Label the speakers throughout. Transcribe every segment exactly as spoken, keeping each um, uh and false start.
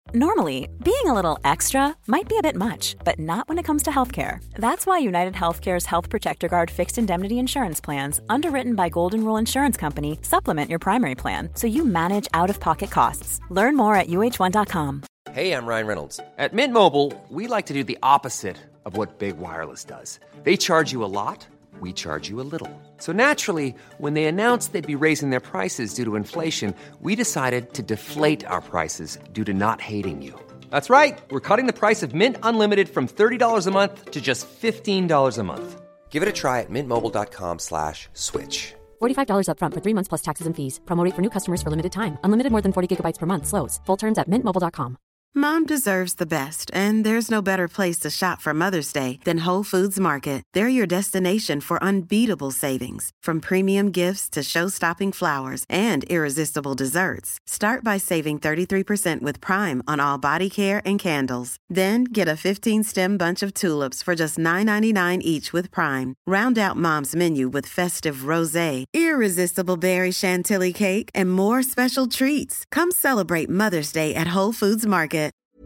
Speaker 1: Normally, being a little extra might be a bit much, but not when it comes to healthcare. That's why United Healthcare's Health Protector Guard fixed indemnity insurance plans, underwritten by Golden Rule Insurance Company, supplement your primary plan so you manage out-of-pocket costs. Learn more at U H one dot com.
Speaker 2: Hey, I'm Ryan Reynolds. At Mint Mobile, we like to do the opposite of what Big Wireless does. They charge you a lot, we charge you a little. So naturally, when they announced they'd be raising their prices due to inflation, we decided to deflate our prices due to not hating you. That's right. We're cutting the price of Mint Unlimited from thirty dollars a month to just fifteen dollars a month. Give it a try at mintmobile.com slash switch.
Speaker 3: forty-five dollars up front for three months plus taxes and fees. Promo rate for new customers for limited time. Unlimited more than forty gigabytes per month. Slows full terms at mint mobile dot com.
Speaker 4: Mom deserves the best, and there's no better place to shop for Mother's Day than Whole Foods Market. They're your destination for unbeatable savings, from premium gifts to show-stopping flowers and irresistible desserts. Start by saving thirty-three percent with Prime on all body care and candles. Then get a fifteen-stem bunch of tulips for just nine ninety-nine each with Prime. Round out Mom's menu with festive rosé, irresistible berry chantilly cake, and more special treats. Come celebrate Mother's Day at Whole Foods Market.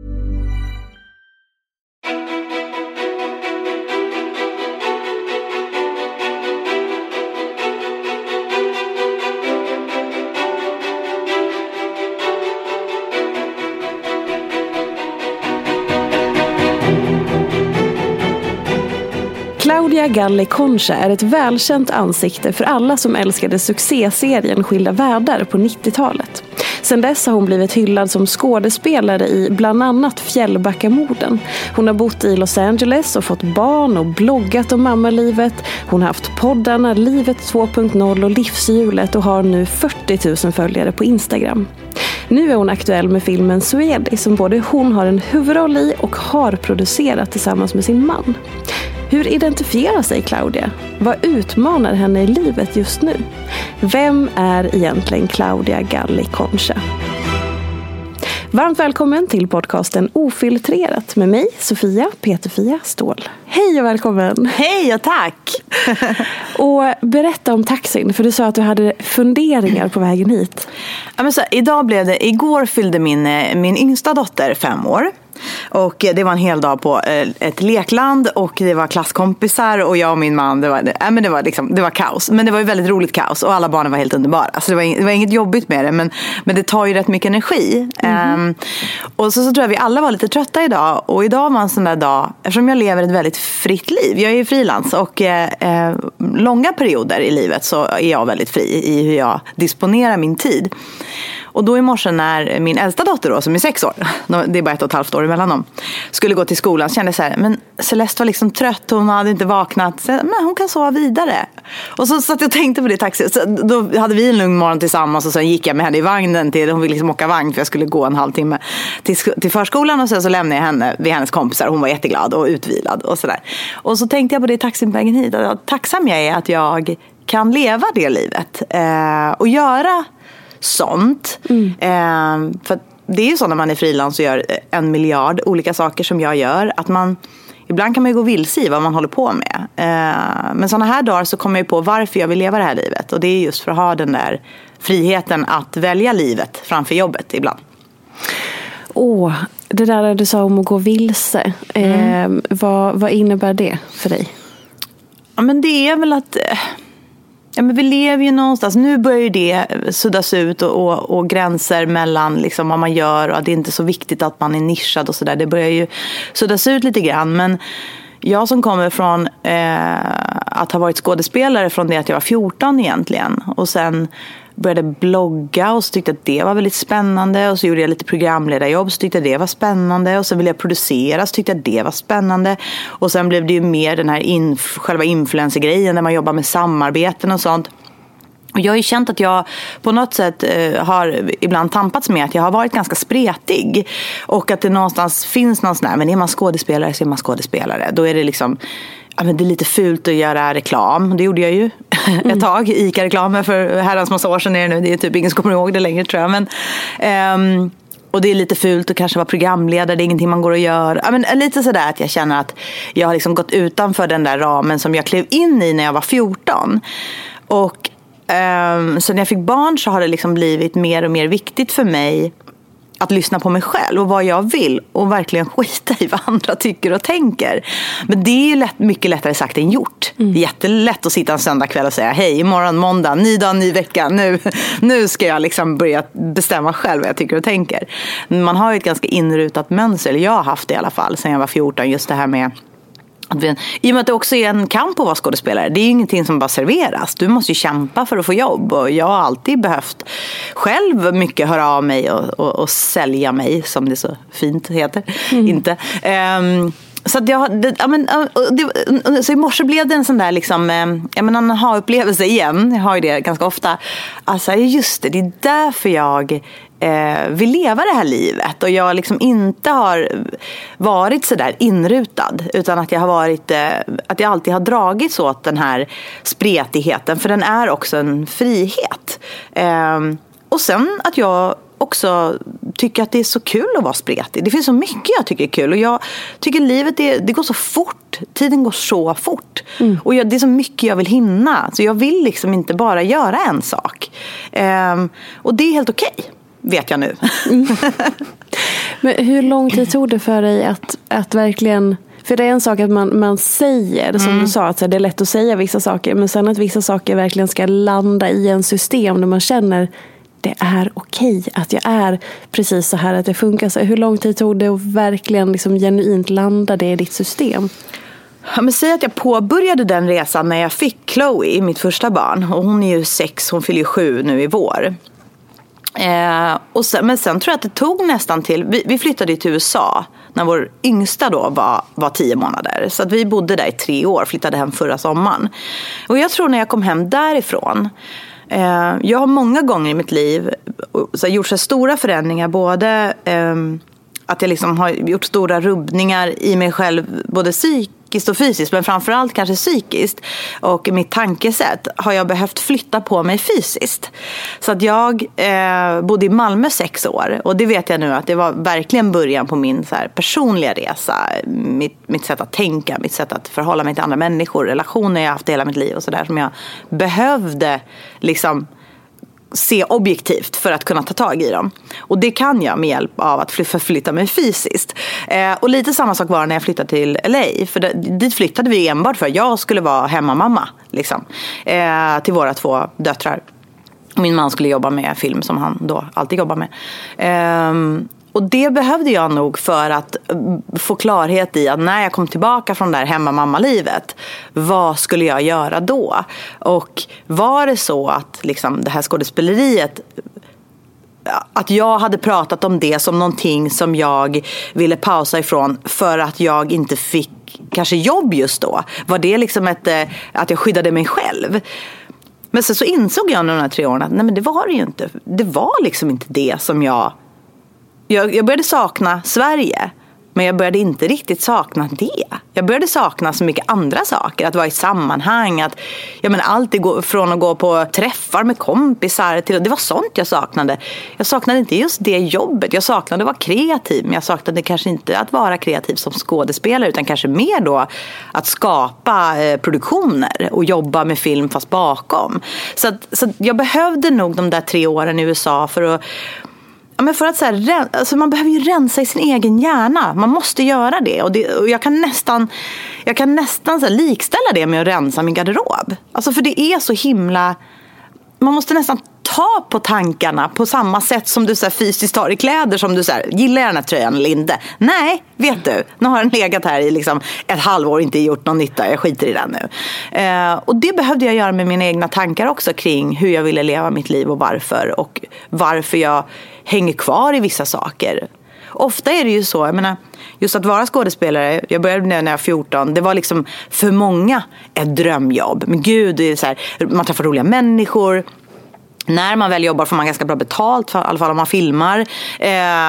Speaker 5: Claudia Galli Concha är ett välkänt ansikte för alla som älskade succéserien Skilda världar på nittiotalet. Sen dess har hon blivit hyllad som skådespelare i bland annat Fjällbackamorden. Hon har bott i Los Angeles och fått barn och bloggat om mammalivet. Hon har haft poddarna Livet två punkt noll och Livshjulet och har nu fyrtio tusen följare på Instagram. Nu är hon aktuell med filmen Swedi som både hon har en huvudroll i och har producerat tillsammans med sin man. Hur identifierar sig Claudia? Vad utmanar henne i livet just nu? Vem är egentligen Claudia Galli Concha? Varmt välkommen till podcasten Ofiltrerat med mig, Sofia Peterfia Ståhl. Hej och välkommen!
Speaker 6: Hej och tack!
Speaker 5: Och berätta om taxin, för du sa att du hade funderingar på vägen hit.
Speaker 6: Ja, men så, idag blev det, igår fyllde min, min yngsta dotter fem år. Och det var en hel dag på ett lekland och det var klasskompisar och jag och min man, det var, äh, men det var, liksom, det var kaos. Men det var ju väldigt roligt kaos och alla barnen var helt underbara. Alltså det, var, det var inget jobbigt med det, men, men det tar ju rätt mycket energi. Mm-hmm. Um, och så, så tror jag vi alla var lite trötta idag. Och idag var en sån där dag, eftersom jag lever ett väldigt fritt liv. Jag är ju frilans och eh, långa perioder i livet så är jag väldigt fri i hur jag disponerar min tid. Och då i morse när min äldsta dotter då, som är sex år, det är bara ett och ett halvt år emellan dem, skulle gå till skolan så kände jag så här, men Celeste var liksom trött, hon hade inte vaknat, så, men hon kan sova vidare. Och så satt jag och tänkte på det i taxi, så då hade vi en lugn morgon tillsammans och sen gick jag med henne i vagnen till, hon ville liksom åka vagn för jag skulle gå en halvtimme till, till förskolan och sen så lämnade jag henne vid hennes kompisar, hon var jätteglad och utvilad och sådär. Och så tänkte jag på det i taxin på vägen hit, att tacksam jag är att jag kan leva det livet eh, och göra sånt. Mm. Eh, för det är ju så när man är frilans och gör en miljard olika saker som jag gör, att man ibland kan man ju gå vilse i vad man håller på med. Eh, men såna här dagar så kommer jag på varför jag vill leva det här livet, och det är just för att ha den där friheten att välja livet framför jobbet ibland.
Speaker 5: Åh, oh, det där du sa om att gå vilse, mm. eh, vad, vad innebär det för dig?
Speaker 6: Ja, men det är väl att ja, men vi lever ju någonstans. Nu börjar det suddas ut och, och, och gränser mellan liksom vad man gör, och att det är inte så viktigt att man är nischad och sådär. Det börjar ju suddas ut lite grann. Men jag som kommer från eh, att ha varit skådespelare från det att jag var fjorton egentligen, och sen började blogga och så tyckte att det var väldigt spännande, och så gjorde jag lite programledarjobb så tyckte jag det var spännande, och så ville jag producera så tyckte jag det var spännande, och sen blev det ju mer den här inf- själva influencer-grejen där man jobbar med samarbeten och sånt. Och jag har ju känt att jag på något sätt eh, har ibland tampats med att jag har varit ganska spretig, och att det någonstans finns någon sån här, men är man skådespelare så är man skådespelare, då är det liksom, ja, men det är lite fult att göra reklam. Det gjorde jag ju mm. ett tag. ICA-reklam för herrans massa år sedan är det nu. Det är typ ingen som kommer ihåg det längre, tror jag. Men, um, och det är lite fult att kanske vara programledare. Det är ingenting man går och gör. Ja, men lite sådär att jag känner att jag har liksom gått utanför den där ramen som jag klev in i när jag var fjorton. Och um, så när jag fick barn så har det liksom blivit mer och mer viktigt för mig att lyssna på mig själv och vad jag vill och verkligen skita i vad andra tycker och tänker. Men det är ju lätt, mycket lättare sagt än gjort. Mm. Det är jättelätt att sitta en söndagkväll och säga hej, imorgon måndag, ny dag, ny vecka. Nu, nu ska jag liksom börja bestämma själv vad jag tycker och tänker. Man har ju ett ganska inrutat mönster, eller jag har haft det i alla fall sedan jag var fjorton, just det här med i och med att det också är en kamp att vara skådespelare. Det är ju ingenting som bara serveras. Du måste ju kämpa för att få jobb. Och jag har alltid behövt själv mycket höra av mig och, och, och sälja mig, som det så fint heter. Mm. Inte. Um, så att jag, det, ja, men, det, så i morse blev det en sån där liksom, jag menar, en ha-upplevelse igen. Jag har ju det ganska ofta. Alltså just det, det är därför jag eh, vill leva det här livet. Och jag liksom inte har varit så där inrutad, utan att jag har varit eh, att jag alltid har dragits åt den här spretigheten, för den är också en frihet. Eh, och sen att jag också tycker att det är så kul att vara spretig. Det finns så mycket jag tycker är kul. Och jag tycker livet är, det går så fort. Tiden går så fort. Mm. Och jag, det är så mycket jag vill hinna. Så jag vill liksom inte bara göra en sak. Um, och det är helt okej, vet jag nu.
Speaker 5: Mm. Men hur lång tid tog det för dig att, att verkligen... För det är en sak att man, man säger, som mm. du sa, att det är lätt att säga vissa saker. Men sen att vissa saker verkligen ska landa i en system där man känner... det är okej att jag är precis så här, att det funkar så. Hur lång tid tog det att verkligen liksom genuint landa det i ditt system?
Speaker 6: Ja, men säg att jag påbörjade den resan när jag fick Chloe, mitt första barn. Och hon är ju sex, hon fyller ju sju nu i vår. Eh, och sen, men sen tror jag att det tog nästan till... Vi, vi flyttade till U S A när vår yngsta då var, var tio månader. Så att vi bodde där i tre år, flyttade hem förra sommaren. Och jag tror när jag kom hem därifrån... Jag har många gånger i mitt liv så gjort så stora förändringar, både eh, att jag liksom har gjort stora rubbningar i mig själv, både psykiskt och fysiskt, men framförallt kanske psykiskt, och mitt tankesätt har jag behövt flytta på mig fysiskt. Så att jag eh, bodde i Malmö sex år, och det vet jag nu att det var verkligen början på min så här personliga resa, mitt, mitt sätt att tänka, mitt sätt att förhålla mig till andra människor, relationer jag haft hela mitt liv och sådär, som jag behövde liksom se objektivt för att kunna ta tag i dem. Och det kan jag med hjälp av att förflytta mig fysiskt. Eh, och lite samma sak var när jag flyttade till L A. För det, dit flyttade vi enbart för att jag skulle vara hemmamamma. Liksom, eh, till våra två döttrar. Min man skulle jobba med film, som han då alltid jobbar med. Eh, Och det behövde jag nog för att få klarhet i att när jag kom tillbaka från det här hemmamamma-livet, vad skulle jag göra då? Och var det så att liksom det här skådespeleriet, att jag hade pratat om det som någonting som jag ville pausa ifrån för att jag inte fick kanske jobb just då? Var det liksom ett, att jag skyddade mig själv? Men sen så insåg jag under de här tre åren att nej, men det var det ju inte. Det var liksom inte det som jag... Jag, jag började sakna Sverige, men jag började inte riktigt sakna det. Jag började sakna så mycket andra saker. Att vara i sammanhang. Att, jag menar, allt gå, från att gå på träffar med kompisar till... Det var sånt jag saknade. Jag saknade inte just det jobbet. Jag saknade att vara kreativ. Men jag saknade kanske inte att vara kreativ som skådespelare. Utan kanske mer då att skapa eh, produktioner. Och jobba med film fast bakom. Så, att, så att jag behövde nog de där tre åren i U S A för att... Ja, men för att så här, alltså man behöver ju rensa i sin egen hjärna. Man måste göra det. Och, det, och jag kan nästan, jag kan nästan så här likställa det med att rensa min garderob. Alltså för det är så himla... Man måste nästan ta på tankarna på samma sätt som du så här fysiskt tar i kläder, som du så här, gillar jag den här tröjan eller inte? Nej, vet du. Nu har den legat här i liksom ett halvår och inte gjort någon nytta. Jag skiter i den nu. Eh, och det behövde jag göra med mina egna tankar också kring hur jag ville leva mitt liv och varför. Och varför jag hänger kvar i vissa saker. Ofta är det ju så, jag menar, just att vara skådespelare, jag började när jag var fjorton, det var liksom för många ett drömjobb. Men gud, det är så här, man träffar roliga människor. När man väl jobbar får man ganska bra betalt, för, i alla fall om man filmar. Eh,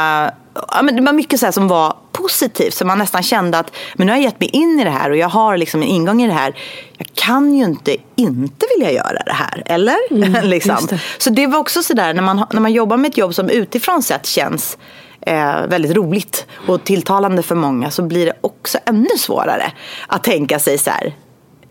Speaker 6: ja, men det var mycket så här som var positivt, så man nästan kände att men nu har jag gett mig in i det här och jag har liksom en ingång i det här. Jag kan ju inte inte vilja göra det här, eller? Mm, liksom. Det. Så det var också så där, när man, när man jobbar med ett jobb som utifrån sett känns eh, väldigt roligt och tilltalande för många, så blir det också ännu svårare att tänka sig så här,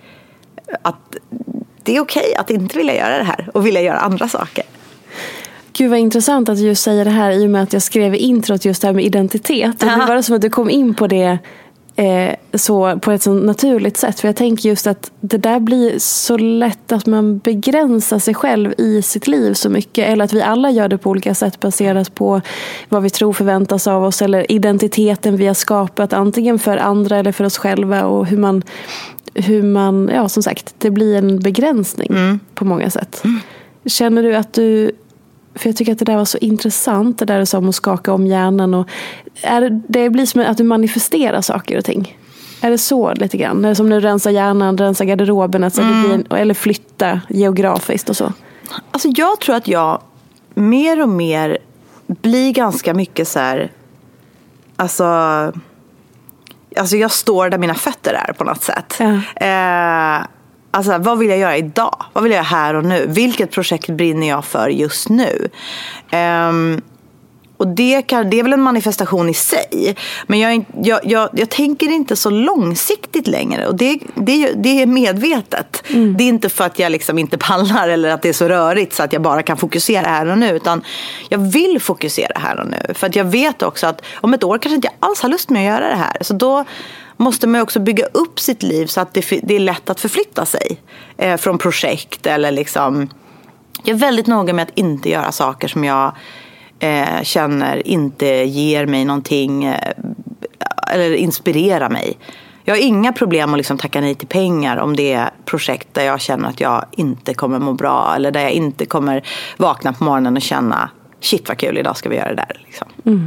Speaker 6: att det är okej att inte vilja göra det här och vilja göra andra saker.
Speaker 5: Gud vad intressant att du just säger det här i och med att jag skrev i introt just det här med identitet. Och det var som att du kom in på det eh, så på ett så naturligt sätt. För jag tänker just att det där blir så lätt att man begränsar sig själv i sitt liv så mycket. Eller att vi alla gör det på olika sätt baserat på vad vi tror förväntas av oss. Eller identiteten vi har skapat antingen för andra eller för oss själva. Och hur man, hur man ja som sagt, det blir en begränsning mm. på många sätt. Mm. Känner du att du, för jag tycker att det där var så intressant, det där du sa om att skaka om hjärnan. Och är, det blir som att du manifesterar saker och ting. Är det så lite grann? Är det som när du rensar hjärnan, rensar garderoben, alltså mm. det blir en, eller flytta geografiskt och så?
Speaker 6: Alltså jag tror att jag mer och mer blir ganska mycket så här, alltså, alltså jag står där mina fötter är på något sätt. Ja. Eh, Alltså, vad vill jag göra idag? Vad vill jag göra här och nu? Vilket projekt brinner jag för just nu? Um, och det, kan, det är väl en manifestation i sig. Men jag, jag, jag, jag tänker inte så långsiktigt längre. Och det, det, det är medvetet. Mm. Det är inte för att jag liksom inte pallar eller att det är så rörigt så att jag bara kan fokusera här och nu. Utan jag vill fokusera här och nu. För att jag vet också att om ett år kanske inte jag alls har lust med att göra det här. Så då måste man också bygga upp sitt liv så att det, det är lätt att förflytta sig eh, från projekt eller liksom. Jag är väldigt noga med att inte göra saker som jag eh, känner inte ger mig någonting eh, eller inspirerar mig. Jag har inga problem att liksom tacka nej till pengar om det är projekt där jag känner att jag inte kommer må bra eller där jag inte kommer vakna på morgonen och känna shit vad kul, idag ska vi göra det där liksom. Mm.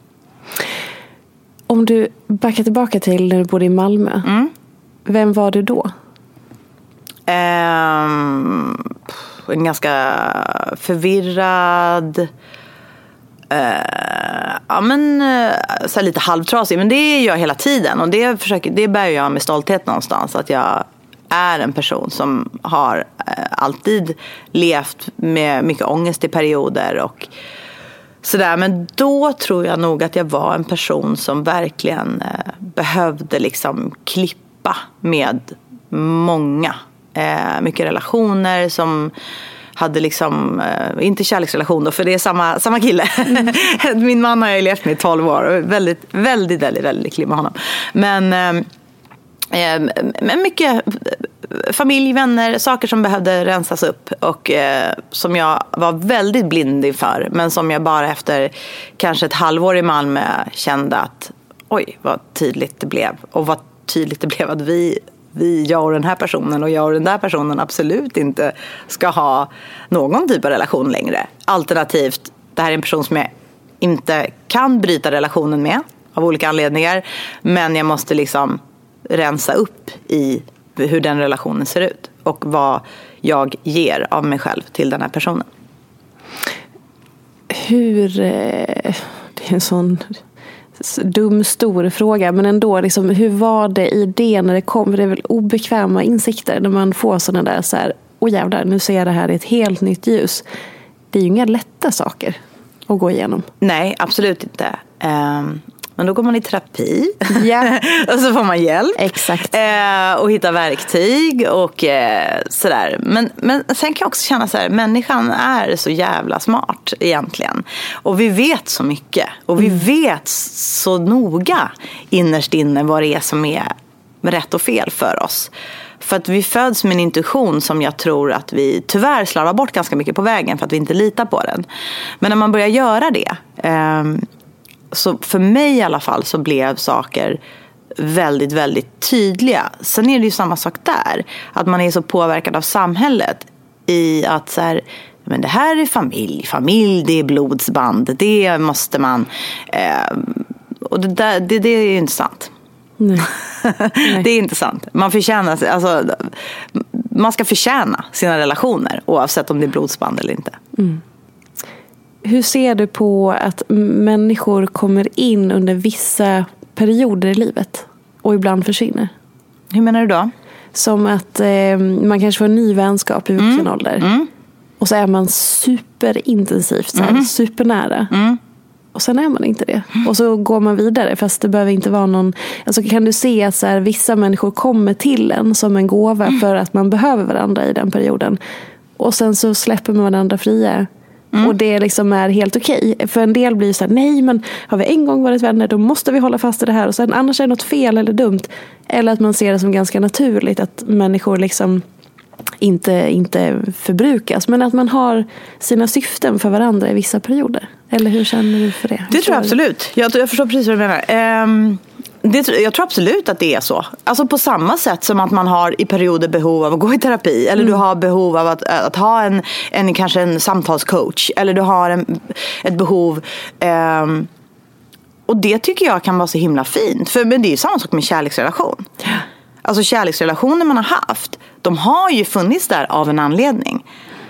Speaker 5: Om du backar tillbaka till när du bodde i Malmö. Mm. Vem var du då?
Speaker 6: Um, en ganska förvirrad. Uh, ja men så lite halvtrasig. Men det är jag hela tiden. Och det, försöker, det bär jag med stolthet någonstans. Att jag är en person som har uh, alltid levt med mycket ångest i perioder. Och sådär, men då tror jag nog att jag var en person som verkligen eh, behövde liksom klippa med många. Eh, mycket relationer som hade liksom, eh, inte kärleksrelation då, för det är samma, samma kille. Mm. Min man har jag levt med i tolv år och väldigt, väldigt, väldigt, väldigt lycklig med honom. Men eh, Men mycket familj, vänner, saker som behövde rensas upp och eh, som jag var väldigt blind inför, men som jag bara efter kanske ett halvår i Malmö kände att oj, vad tydligt det blev och vad tydligt det blev att vi, vi jag och den här personen och jag och den där personen absolut inte ska ha någon typ av relation längre. Alternativt, det här är en person som jag inte kan bryta relationen med av olika anledningar, men jag måste liksom rensa upp i hur den relationen ser ut och vad jag ger av mig själv till den här personen.
Speaker 5: Hur, det är en sån dum stor fråga, men ändå liksom, hur var det i det när det kom? För det är väl obekväma insikter när man får sådana där så här, åh jävlar, nu ser jag det här i ett helt nytt ljus. Det är ju inga lätta saker att gå igenom.
Speaker 6: Nej, absolut inte. Um... Men då går man i terapi.
Speaker 5: Ja.
Speaker 6: Och så får man hjälp.
Speaker 5: Exakt.
Speaker 6: Eh, och hitta verktyg och eh, sådär. Men, men sen kan jag också känna så här, människan är så jävla smart egentligen. Och vi vet så mycket. Och vi mm. vet så noga innerst inne vad det är som är rätt och fel för oss. För att vi föds med en intuition som jag tror att vi tyvärr slarvar bort ganska mycket på vägen för att vi inte litar på den. Men när man börjar göra det... Eh, Så för mig i alla fall så blev saker väldigt, väldigt tydliga. Sen är det ju samma sak där. Att man är så påverkad av samhället i att så här, men det här är familj. Familj, det är blodsband. Det måste man... Eh, och det, där, det, det är ju inte sant.
Speaker 5: Nej. Nej.
Speaker 6: Det är inte sant. Man förtjänar, alltså, man ska förtjäna sina relationer oavsett om det är blodsband eller inte.
Speaker 5: Mm. Hur ser du på att människor kommer in under vissa perioder i livet och ibland försvinner?
Speaker 6: Hur menar du då?
Speaker 5: Som att eh, man kanske får en ny vänskap i vuxen mm. ålder. Mm. Och så är man superintensivt, så här, mm. supernära. Mm. Och sen är man inte det. Och så går man vidare, fast det behöver inte vara någon... Alltså kan du se att så här, vissa människor kommer till en som en gåva mm. för att man behöver varandra i den perioden. Och sen så släpper man varandra fria. Mm. Och det liksom är helt okej. Okay. För en del blir så här, nej men har vi en gång varit vänner då måste vi hålla fast i det här. Och sen annars är det något fel eller dumt. Eller att man ser det som ganska naturligt att människor liksom inte, inte förbrukas. Men att man har sina syften för varandra i vissa perioder. Eller hur känner du för det?
Speaker 6: Det tror jag absolut. Jag, jag förstår precis vad du menar. Um... Det, jag tror absolut att det är så. Alltså på samma sätt som att man har i perioder behov av att gå i terapi. Eller mm. du har behov av att, att ha en, en kanske en samtalscoach. Eller du har en, ett behov. Um, och det tycker jag kan vara så himla fint. För men det är ju samma sak med kärleksrelation. Alltså kärleksrelationer man har haft. De har ju funnits där av en anledning.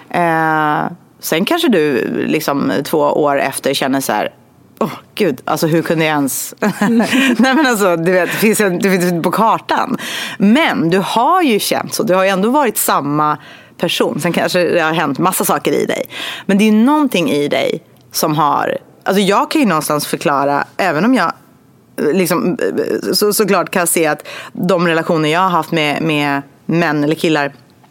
Speaker 6: Uh, sen kanske du liksom två år efter känner så här. Åh oh, gud, alltså hur kunde jag ens nej men alltså, du vet, det finns, det finns på kartan. Men du har ju känt så, du har ju ändå varit samma person. Sen kanske det har hänt massa saker i dig. Men det är ju någonting i dig som har, alltså jag kan ju någonstans förklara, även om jag liksom så, såklart kan se att de relationer jag har haft med, med män eller killar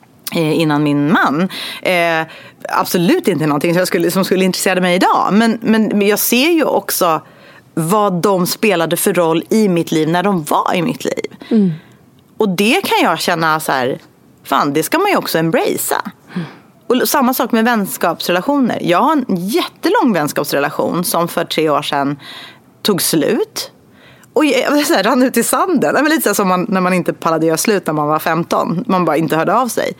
Speaker 6: innan min man eh, absolut inte någonting som, jag skulle, som skulle intressera mig idag, men, men jag ser ju också vad de spelade för roll i mitt liv när de var i mitt liv. Mm. Och det kan jag känna så här, fan det ska man ju också embracea. Mm. Och samma sak med vänskapsrelationer. Jag har en jättelång vänskapsrelation som för tre år sedan tog slut. Och jag så här, rann ut i sanden. Det var lite så som man, när man inte pallade göra slut när man var femton. Man bara inte hörde av sig.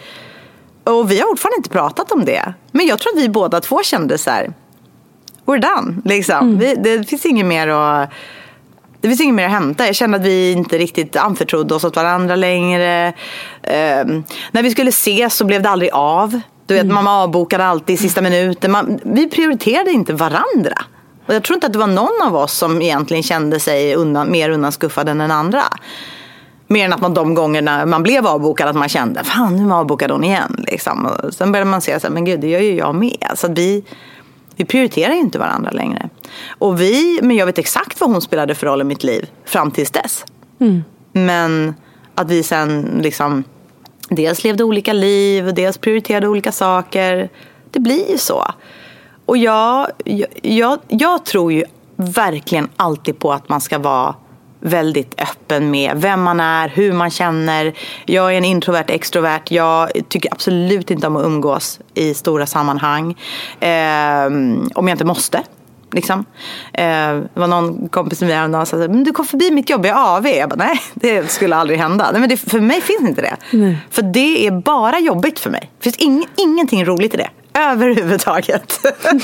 Speaker 6: Och vi har fortfarande inte pratat om det. Men jag tror att vi båda två kände så här, we're done. Liksom. Mm. Vi, det finns inget mer att, det finns inget mer att hämta. Jag kände att vi inte riktigt anförtrodde oss åt varandra längre. Um, när vi skulle ses så blev det aldrig av. Du vet, mm. man avbokade alltid i sista minuten. Man, vi prioriterade inte varandra. Och jag tror inte att det var någon av oss som egentligen kände sig undan, mer undanskuffad än den andra. Mer än att man de gångerna man blev avbokad att man kände, fan nu är avbokad hon igen. Liksom. Och sen började man säga så här, men gud det gör ju jag med. Så att vi, vi prioriterar ju inte varandra längre. Och vi, men jag vet exakt vad hon spelade för roll i mitt liv fram tills dess. Mm. Men att vi sen liksom dels levde olika liv, dels prioriterade olika saker. Det blir ju så. Och jag, jag, jag tror ju verkligen alltid på att man ska vara väldigt öppen med vem man är, hur man känner. Jag är en introvert, extrovert. Jag tycker absolut inte om att umgås i stora sammanhang. Eh, om jag inte måste. Liksom. Eh, det var någon kompis med mig och sa men du kom förbi mitt jobb i A V. Jag bara, nej, det skulle aldrig hända. Nej, men det, för mig finns inte det. Nej. För det är bara jobbigt för mig. Det finns ing, ingenting roligt i det. Överhuvudtaget.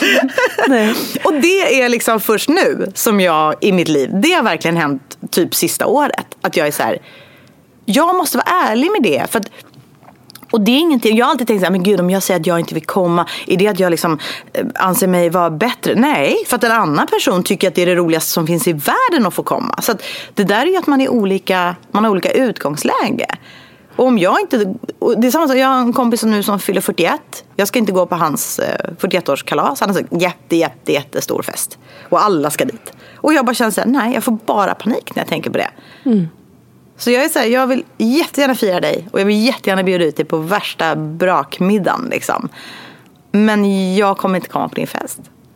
Speaker 6: Nej. Och det är liksom först nu som jag i mitt liv, det har verkligen hänt typ sista året. Att jag är så här, jag måste vara ärlig med det. För att, och det är ingenting, jag har alltid tänkt så här, men gud om jag säger att jag inte vill komma, är det att jag liksom anser mig vara bättre? Nej, för att en annan person tycker att det är det roligaste som finns i världen att få komma. Så att det där är ju att man är olika, man har olika utgångsläge. Och om jag inte, det är samma sak, jag har en kompis nu som fyller fyrtioett. Jag ska inte gå på hans fyrtioett-årskalas. Han har sagt jätte, jätte, jättestor fest. Och alla ska dit. Och jag bara känner så här, nej, jag får bara panik när jag tänker på det. Mm. Så jag är så här, jag vill jättegärna fira dig. Och jag vill jättegärna bjuda ut dig på värsta brakmiddagen liksom. Men jag kommer inte komma på din fest.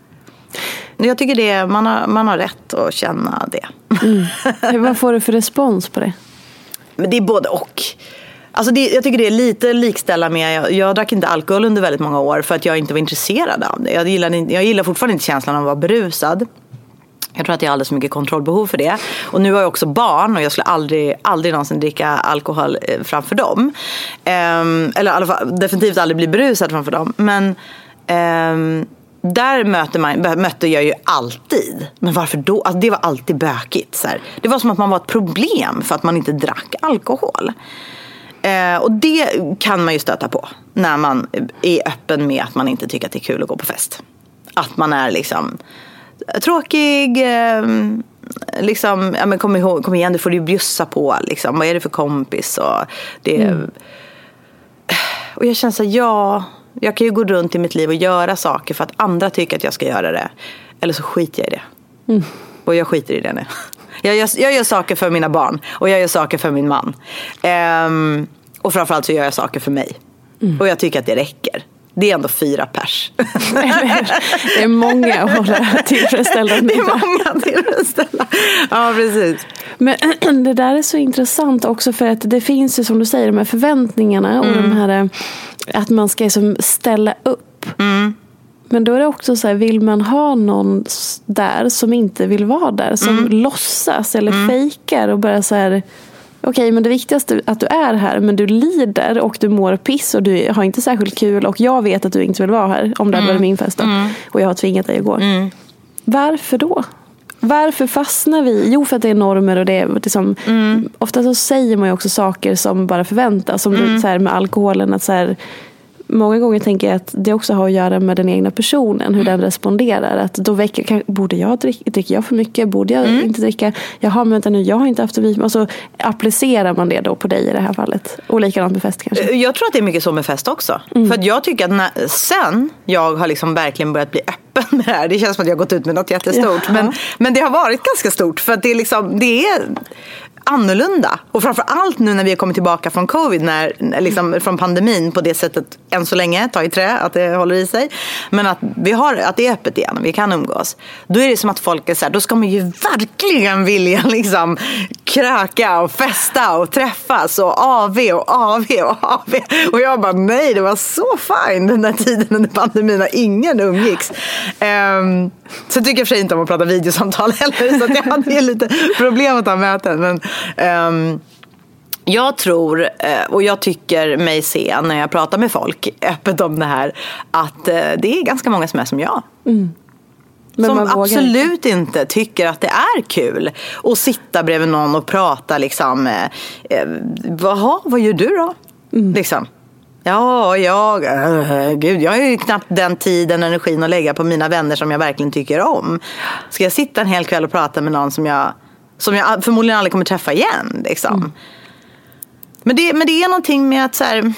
Speaker 6: Jag tycker det, man har, man har rätt att känna det.
Speaker 5: Mm. Vad får du för respons på det?
Speaker 6: Men det är både och. Alltså det, jag tycker det är lite likställa med, jag, jag drack inte alkohol under väldigt många år för att jag inte var intresserad av det. Jag gillar, jag gillar fortfarande inte känslan av att vara berusad. Jag tror att jag har alldeles mycket kontrollbehov för det. Och nu har jag också barn och jag skulle aldrig, aldrig någonsin dricka alkohol framför dem. Um, eller i alla fall definitivt aldrig bli berusad framför dem. Men um, där möter man, mötte jag ju alltid. Men varför då? Alltså det var alltid bökigt. Så här. Det var som att man var ett problem för att man inte drack alkohol. Eh, och det kan man ju stöta på när man är öppen med att man inte tycker att det är kul att gå på fest. Att man är liksom tråkig, eh, liksom, ja, men kom, ihåg, kom igen, du får ju bjussa på. Liksom, vad är det för kompis? Och, det, mm. och jag känner så här, ja, jag kan ju gå runt i mitt liv och göra saker för att andra tycker att jag ska göra det. Eller så skiter jag i det. Mm. Och jag skiter i det nu. Jag gör, jag gör saker för mina barn. Och jag gör saker för min man. Um, och framförallt så gör jag saker för mig. Mm. Och jag tycker att det räcker. Det är ändå fyra pers.
Speaker 5: Det är många att hålla tillfredsställda.
Speaker 6: Det är många tillfredsställda. Ja, precis.
Speaker 5: Men det där är så intressant också för att det finns ju, som du säger, de här förväntningarna och mm. de här att man ska liksom ställa upp.
Speaker 6: Mm.
Speaker 5: Men då är det också så här, vill man ha någon där som inte vill vara där, som mm. låtsas eller mm. fejkar och bara så här, okej, okay, men det viktigaste är att du är här, men du lider och du mår piss och du har inte särskilt kul och jag vet att du inte vill vara här om det mm. var min fest då, mm. och jag har tvingat dig att gå. Mm. Varför då? Varför fastnar vi? Jo, för att det är normer och det är liksom, mm. ofta så säger man ju också saker som bara förväntas, som mm. det, så här, med alkoholen, att så här, många gånger tänker jag att det också har att göra med den egna personen, hur den responderar. Att då väcker, kan, borde jag dricka, dricker jag för mycket? Borde jag mm. inte dricka? Jaha, men vänta nu, jag har inte haft det. Alltså applicerar man det då på dig i det här fallet? Och likadant med fest kanske?
Speaker 6: Jag tror att det är mycket så med fest också. Mm. För att jag tycker att när, sen jag har liksom verkligen börjat bli öppen med det här. Det känns som att jag har gått ut med något jättestort. Men, men det har varit ganska stort. För att det är liksom, det är annorlunda. Och framförallt nu när vi har kommit tillbaka från covid, när, liksom, från pandemin på det sättet än så länge, ta i trä att det håller i sig. Men att, vi har, att det är öppet igen och vi kan umgås. Då är det som att folk är så här, då ska man ju verkligen vilja liksom kröka och festa och träffas och A V och A V och A V. Och jag bara, nej, det var så fint den där tiden under pandemin när ingen umgicks. Um, så tycker jag för sig inte om att prata videosamtal heller, så att jag hade ju lite problem att ta möten. Men um, jag tror, och jag tycker mig se när jag pratar med folk öppet om det här, att det är ganska många som är som jag. Mm. Som absolut inte. inte tycker att det är kul att sitta bredvid någon och prata liksom, eh, vad, vad gör du då? Mm. Liksom. Ja, jag, äh, gud, jag har ju knappt den tiden och energin att lägga på mina vänner som jag verkligen tycker om. Ska jag sitta en hel kväll och prata med någon som jag, som jag förmodligen aldrig kommer träffa igen? Liksom. Mm. Men, det, men det är någonting med att så här,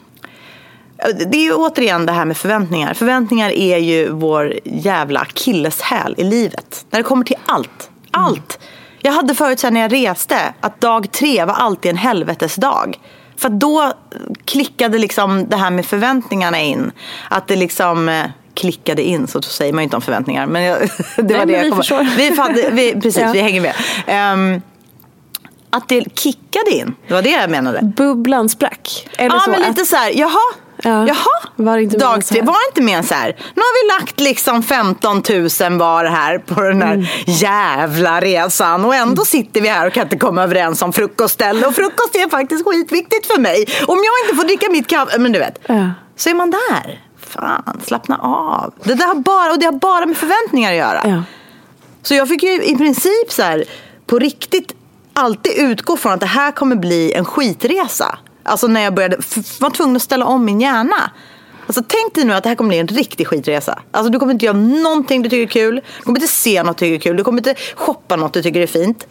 Speaker 6: det är ju återigen det här med förväntningar. Förväntningar är ju vår jävla akilleshäl i livet. När det kommer till allt. Allt. Mm. Jag hade förut så här, när jag reste, att dag tre var alltid en helvetesdag. För då klickade liksom det här med förväntningarna in. Att det liksom klickade in, så säger man ju inte om förväntningar. Men jag, det
Speaker 5: Nej,
Speaker 6: var det jag kom
Speaker 5: vi,
Speaker 6: vi, fadde, vi Precis, ja. Vi hänger med. Um, att det kickade in, det var det jag menade.
Speaker 5: Bubblan sprack. Eller
Speaker 6: ja,
Speaker 5: så
Speaker 6: men lite
Speaker 5: att...
Speaker 6: så här, jaha. Ja. Jaha,
Speaker 5: var det inte
Speaker 6: dag tre, var det inte mer så här? Nu har vi lagt liksom femton tusen var här på den här mm. jävla resan. Och ändå sitter vi här och kan inte komma överens om frukostställe. Och frukost är faktiskt skitviktigt för mig. Om jag inte får dricka mitt kaffe, men du vet, ja. Så är man där. Fan, slappna av. Det där har bara, och det har bara med förväntningar att göra. Ja. Så jag fick ju i princip så här, på riktigt alltid utgå från att det här kommer bli en skitresa. Alltså när jag började, var tvungen att ställa om min hjärna. Alltså tänk dig nu att det här kommer bli en riktig skitresa. Alltså du kommer inte göra någonting du tycker är kul. Du kommer inte se något du tycker är kul. Du kommer inte shoppa något du tycker är fint.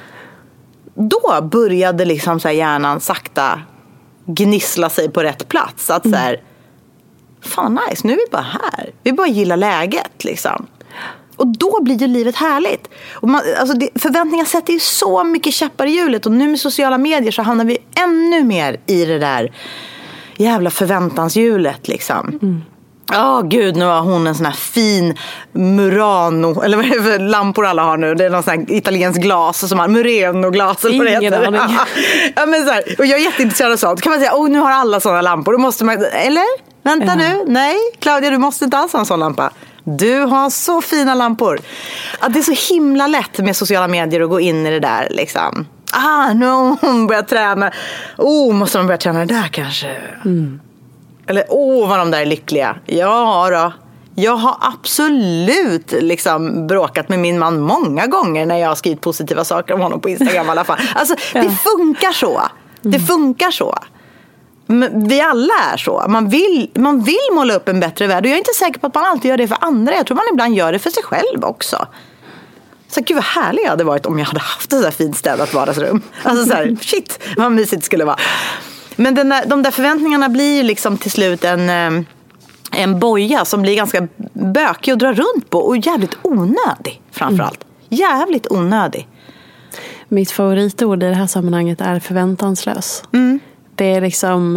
Speaker 6: Då började liksom så här hjärnan sakta gnissla sig på rätt plats. Att så här, fan nice, nu är vi bara här. Vi bara gillar läget liksom. Och då blir ju livet härligt. Och man, alltså det, förväntningar sätter ju så mycket käppar i hjulet. Och nu med sociala medier så hamnar vi ännu mer i det där jävla förväntanshjulet liksom. Mm. Ja, oh, gud, nu har hon en sån här fin Murano, eller vad är det för lampor alla har nu? Det är någon sån här italiensk glas som har Murano-glas eller vad det heter. Ja. Ja, men så här, och jag är jätteintresserad av sånt. Kan man säga, oh, nu har alla såna lampor. Då måste man, eller? Vänta ja. nu, nej, Claudia, du måste inte alls ha en sån lampa. Du har så fina lampor. Att det är så himla lätt med sociala medier att gå in i det där liksom. Ah, nu har hon börjat träna. Oh, måste man börja träna det där kanske? Mm. Eller, åh, oh, vad de där är lyckliga. Ja då. Jag har absolut liksom bråkat med min man många gånger när jag har skrivit positiva saker om honom på Instagram i alla fall. Alltså, ja. det funkar så. Det funkar så. Vi alla är så. Man vill, man vill måla upp en bättre värld. Och jag är inte säker på att man alltid gör det för andra. Jag tror man ibland gör det för sig själv också. Så gud vad härlig jag hade varit om jag hade haft ett så här fint städat vardagsrum. Alltså så här, shit, vad mysigt det skulle vara. Men den där, de där förväntningarna blir ju liksom till slut en, en boja som blir ganska bökig att dra runt på. Och jävligt onödig framförallt. Mm. Jävligt onödig.
Speaker 5: Mitt favoritord i det här sammanhanget är förväntanslös.
Speaker 6: Mm.
Speaker 5: Det är liksom,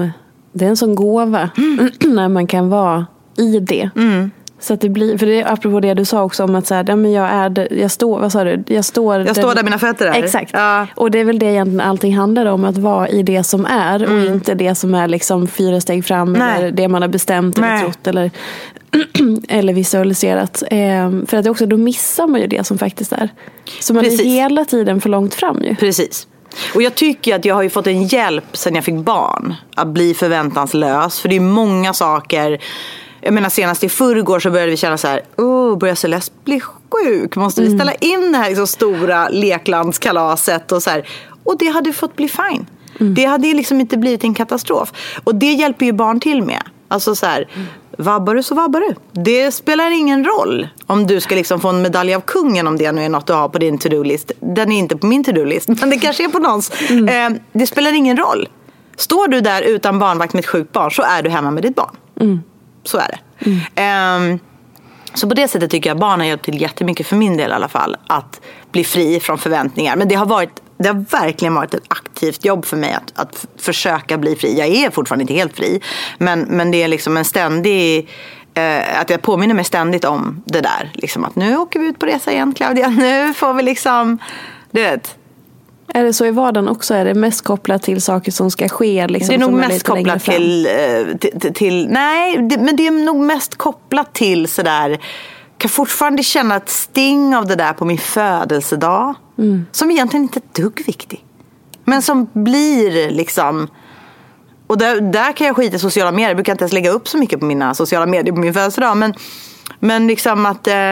Speaker 5: det är en sån gåva mm. när man kan vara i det.
Speaker 6: Mm.
Speaker 5: Så att det blir, för det är apropå det du sa också om att så här, ja, men jag är det, jag står, vad sa du? Jag står,
Speaker 6: jag står där mina fötter är.
Speaker 5: Exakt.
Speaker 6: Ja.
Speaker 5: Och det är väl det egentligen allting handlar om, att vara i det som är mm. och inte det som är liksom fyra steg fram. Nej. Eller det man har bestämt Nej. eller trott eller, eller visualiserat. Ehm, för att det också, då missar man ju det som faktiskt är. Så man Precis. är hela tiden för långt fram ju.
Speaker 6: Precis. Och jag tycker att jag har ju fått en hjälp sen jag fick barn att bli förväntanslös. För det är många saker. Jag menar senast i förrgår så började vi känna så här, åh, börjar Celeste bli sjuk? Måste vi ställa in det här liksom stora leklandskalaset och så här. Och det hade fått bli fine. Mm. Det hade liksom inte blivit en katastrof. Och det hjälper ju barn till med. Alltså så här, mm. vabbar du så vabbar du. Det spelar ingen roll om du ska liksom få en medalj av kungen, om det nu är något du har på din to-do-list. Den är inte på min to-do-list, men det kanske är på någons. Mm. Eh, det spelar ingen roll. Står du där utan barnvakt med ett sjukt barn, så är du hemma med ditt barn. Mm. Så är det. Mm. Um, så på det sättet tycker jag barn har hjälpt till jättemycket, för min del i alla fall, att bli fri från förväntningar. Men det har, varit, det har verkligen varit ett aktivt jobb för mig att, att försöka bli fri. Jag är fortfarande inte helt fri, men, men det är liksom en ständig... Uh, att jag påminner mig ständigt om det där. Liksom att nu åker vi ut på resa igen, Claudia. Nu får vi liksom... Du vet...
Speaker 5: Är det så i vardagen också? Är det mest kopplat till saker som ska ske? Liksom,
Speaker 6: det är nog mest kopplat till, till, till... Nej, det, men det är nog mest kopplat till sådär... Kan fortfarande känna ett sting av det där på min födelsedag. Mm. Som egentligen inte är ett dugg viktig. Men som blir liksom... Och där, där kan jag skita i sociala medier. Jag brukar inte ens lägga upp så mycket på mina sociala medier på min födelsedag. Men, men liksom att... Eh,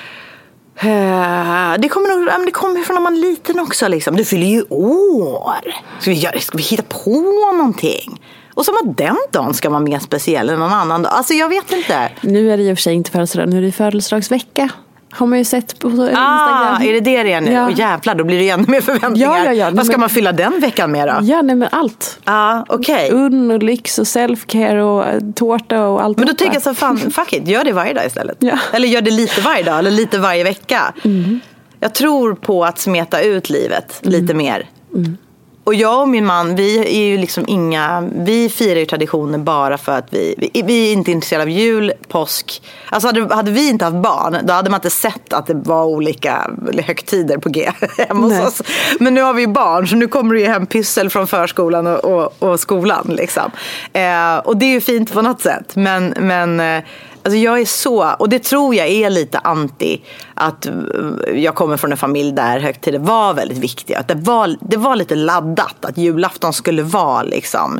Speaker 6: Det kommer nog, det kommer från när man är liten också liksom. Du fyller ju år. Ska vi, göra, ska vi hitta på någonting? Och som att den dagen ska vara mer speciell än någon annan dag. Alltså jag vet inte.
Speaker 5: Nu är det ju för sig inte födelsedag. Nu är det födelsedagsvecka. Har man ju sett på Instagram.
Speaker 6: Ah, är det det det är nu? Ja. Och jävlar, då blir det ännu mer förväntningar.
Speaker 5: Ja, ja, ja.
Speaker 6: Vad ska
Speaker 5: men...
Speaker 6: man fylla den veckan med då?
Speaker 5: Ja, nej men allt.
Speaker 6: Ja, ah, okej. Okay.
Speaker 5: Unn och lyx och self-care och tårta och allt.
Speaker 6: Men då tänker jag så, fan, fuck it, gör det varje dag istället. Ja. Eller gör det lite varje dag, eller lite varje vecka. Mm. Jag tror på att smeta ut livet mm. lite mer. Mm. Och jag och min man, vi är ju liksom inga, vi firar ju traditioner bara för att vi, vi, vi är inte intresserade av jul, påsk. Alltså hade, hade vi inte haft barn, då hade man inte sett att det var olika högtider på G hemma hos oss. Men nu har vi barn, så nu kommer det ju hem pyssel från förskolan och, och, och skolan liksom. Eh, och det är ju fint på något sätt, men... men eh, Alltså jag är så, och det tror jag är lite anti, att jag kommer från en familj där högtider var väldigt viktiga. Att det var, det var lite laddat, att julafton skulle vara liksom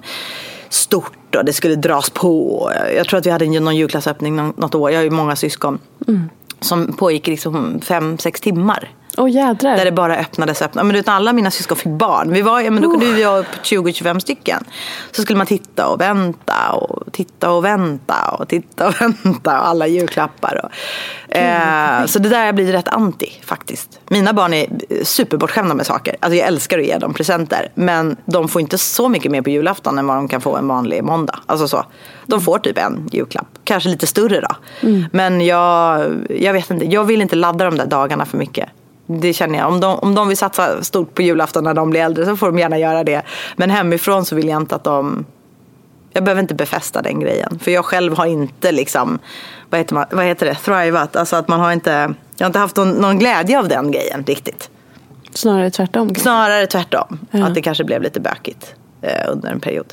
Speaker 6: stort och det skulle dras på. Jag tror att vi hade någon julklassöppning något år, jag har ju många syskon, mm. som pågick liksom fem, sex timmar.
Speaker 5: Åh jädrar.
Speaker 6: Där det bara öppnades öppna. Men utan alla mina syskon fick barn. Vi var, ja, men då kunde vi vara tjugo till tjugofem stycken. Så skulle man titta och vänta och titta och vänta och titta och vänta och alla julklappar. Och, eh, så det där blir rätt anti faktiskt. Mina barn är superbortskämda med saker. Alltså jag älskar att ge dem presenter. Men de får inte så mycket mer på julafton än vad de kan få en vanlig måndag. Alltså så. De får typ en julklapp. Kanske lite större då. Mm. Men jag, jag vet inte. Jag vill inte ladda de där dagarna för mycket. Det känner jag. Om de, om de vill satsa stort på julafton när de blir äldre, så får de gärna göra det. Men hemifrån så vill jag inte att de... Jag behöver inte befästa den grejen. För jag själv har inte liksom... Vad heter, man, vad heter det? Thrivat. Alltså att man har inte... Jag har inte haft någon, någon glädje av den grejen riktigt.
Speaker 5: Snarare tvärtom.
Speaker 6: Snarare tvärtom. Ja. Att det kanske blev lite bökigt eh, under en period.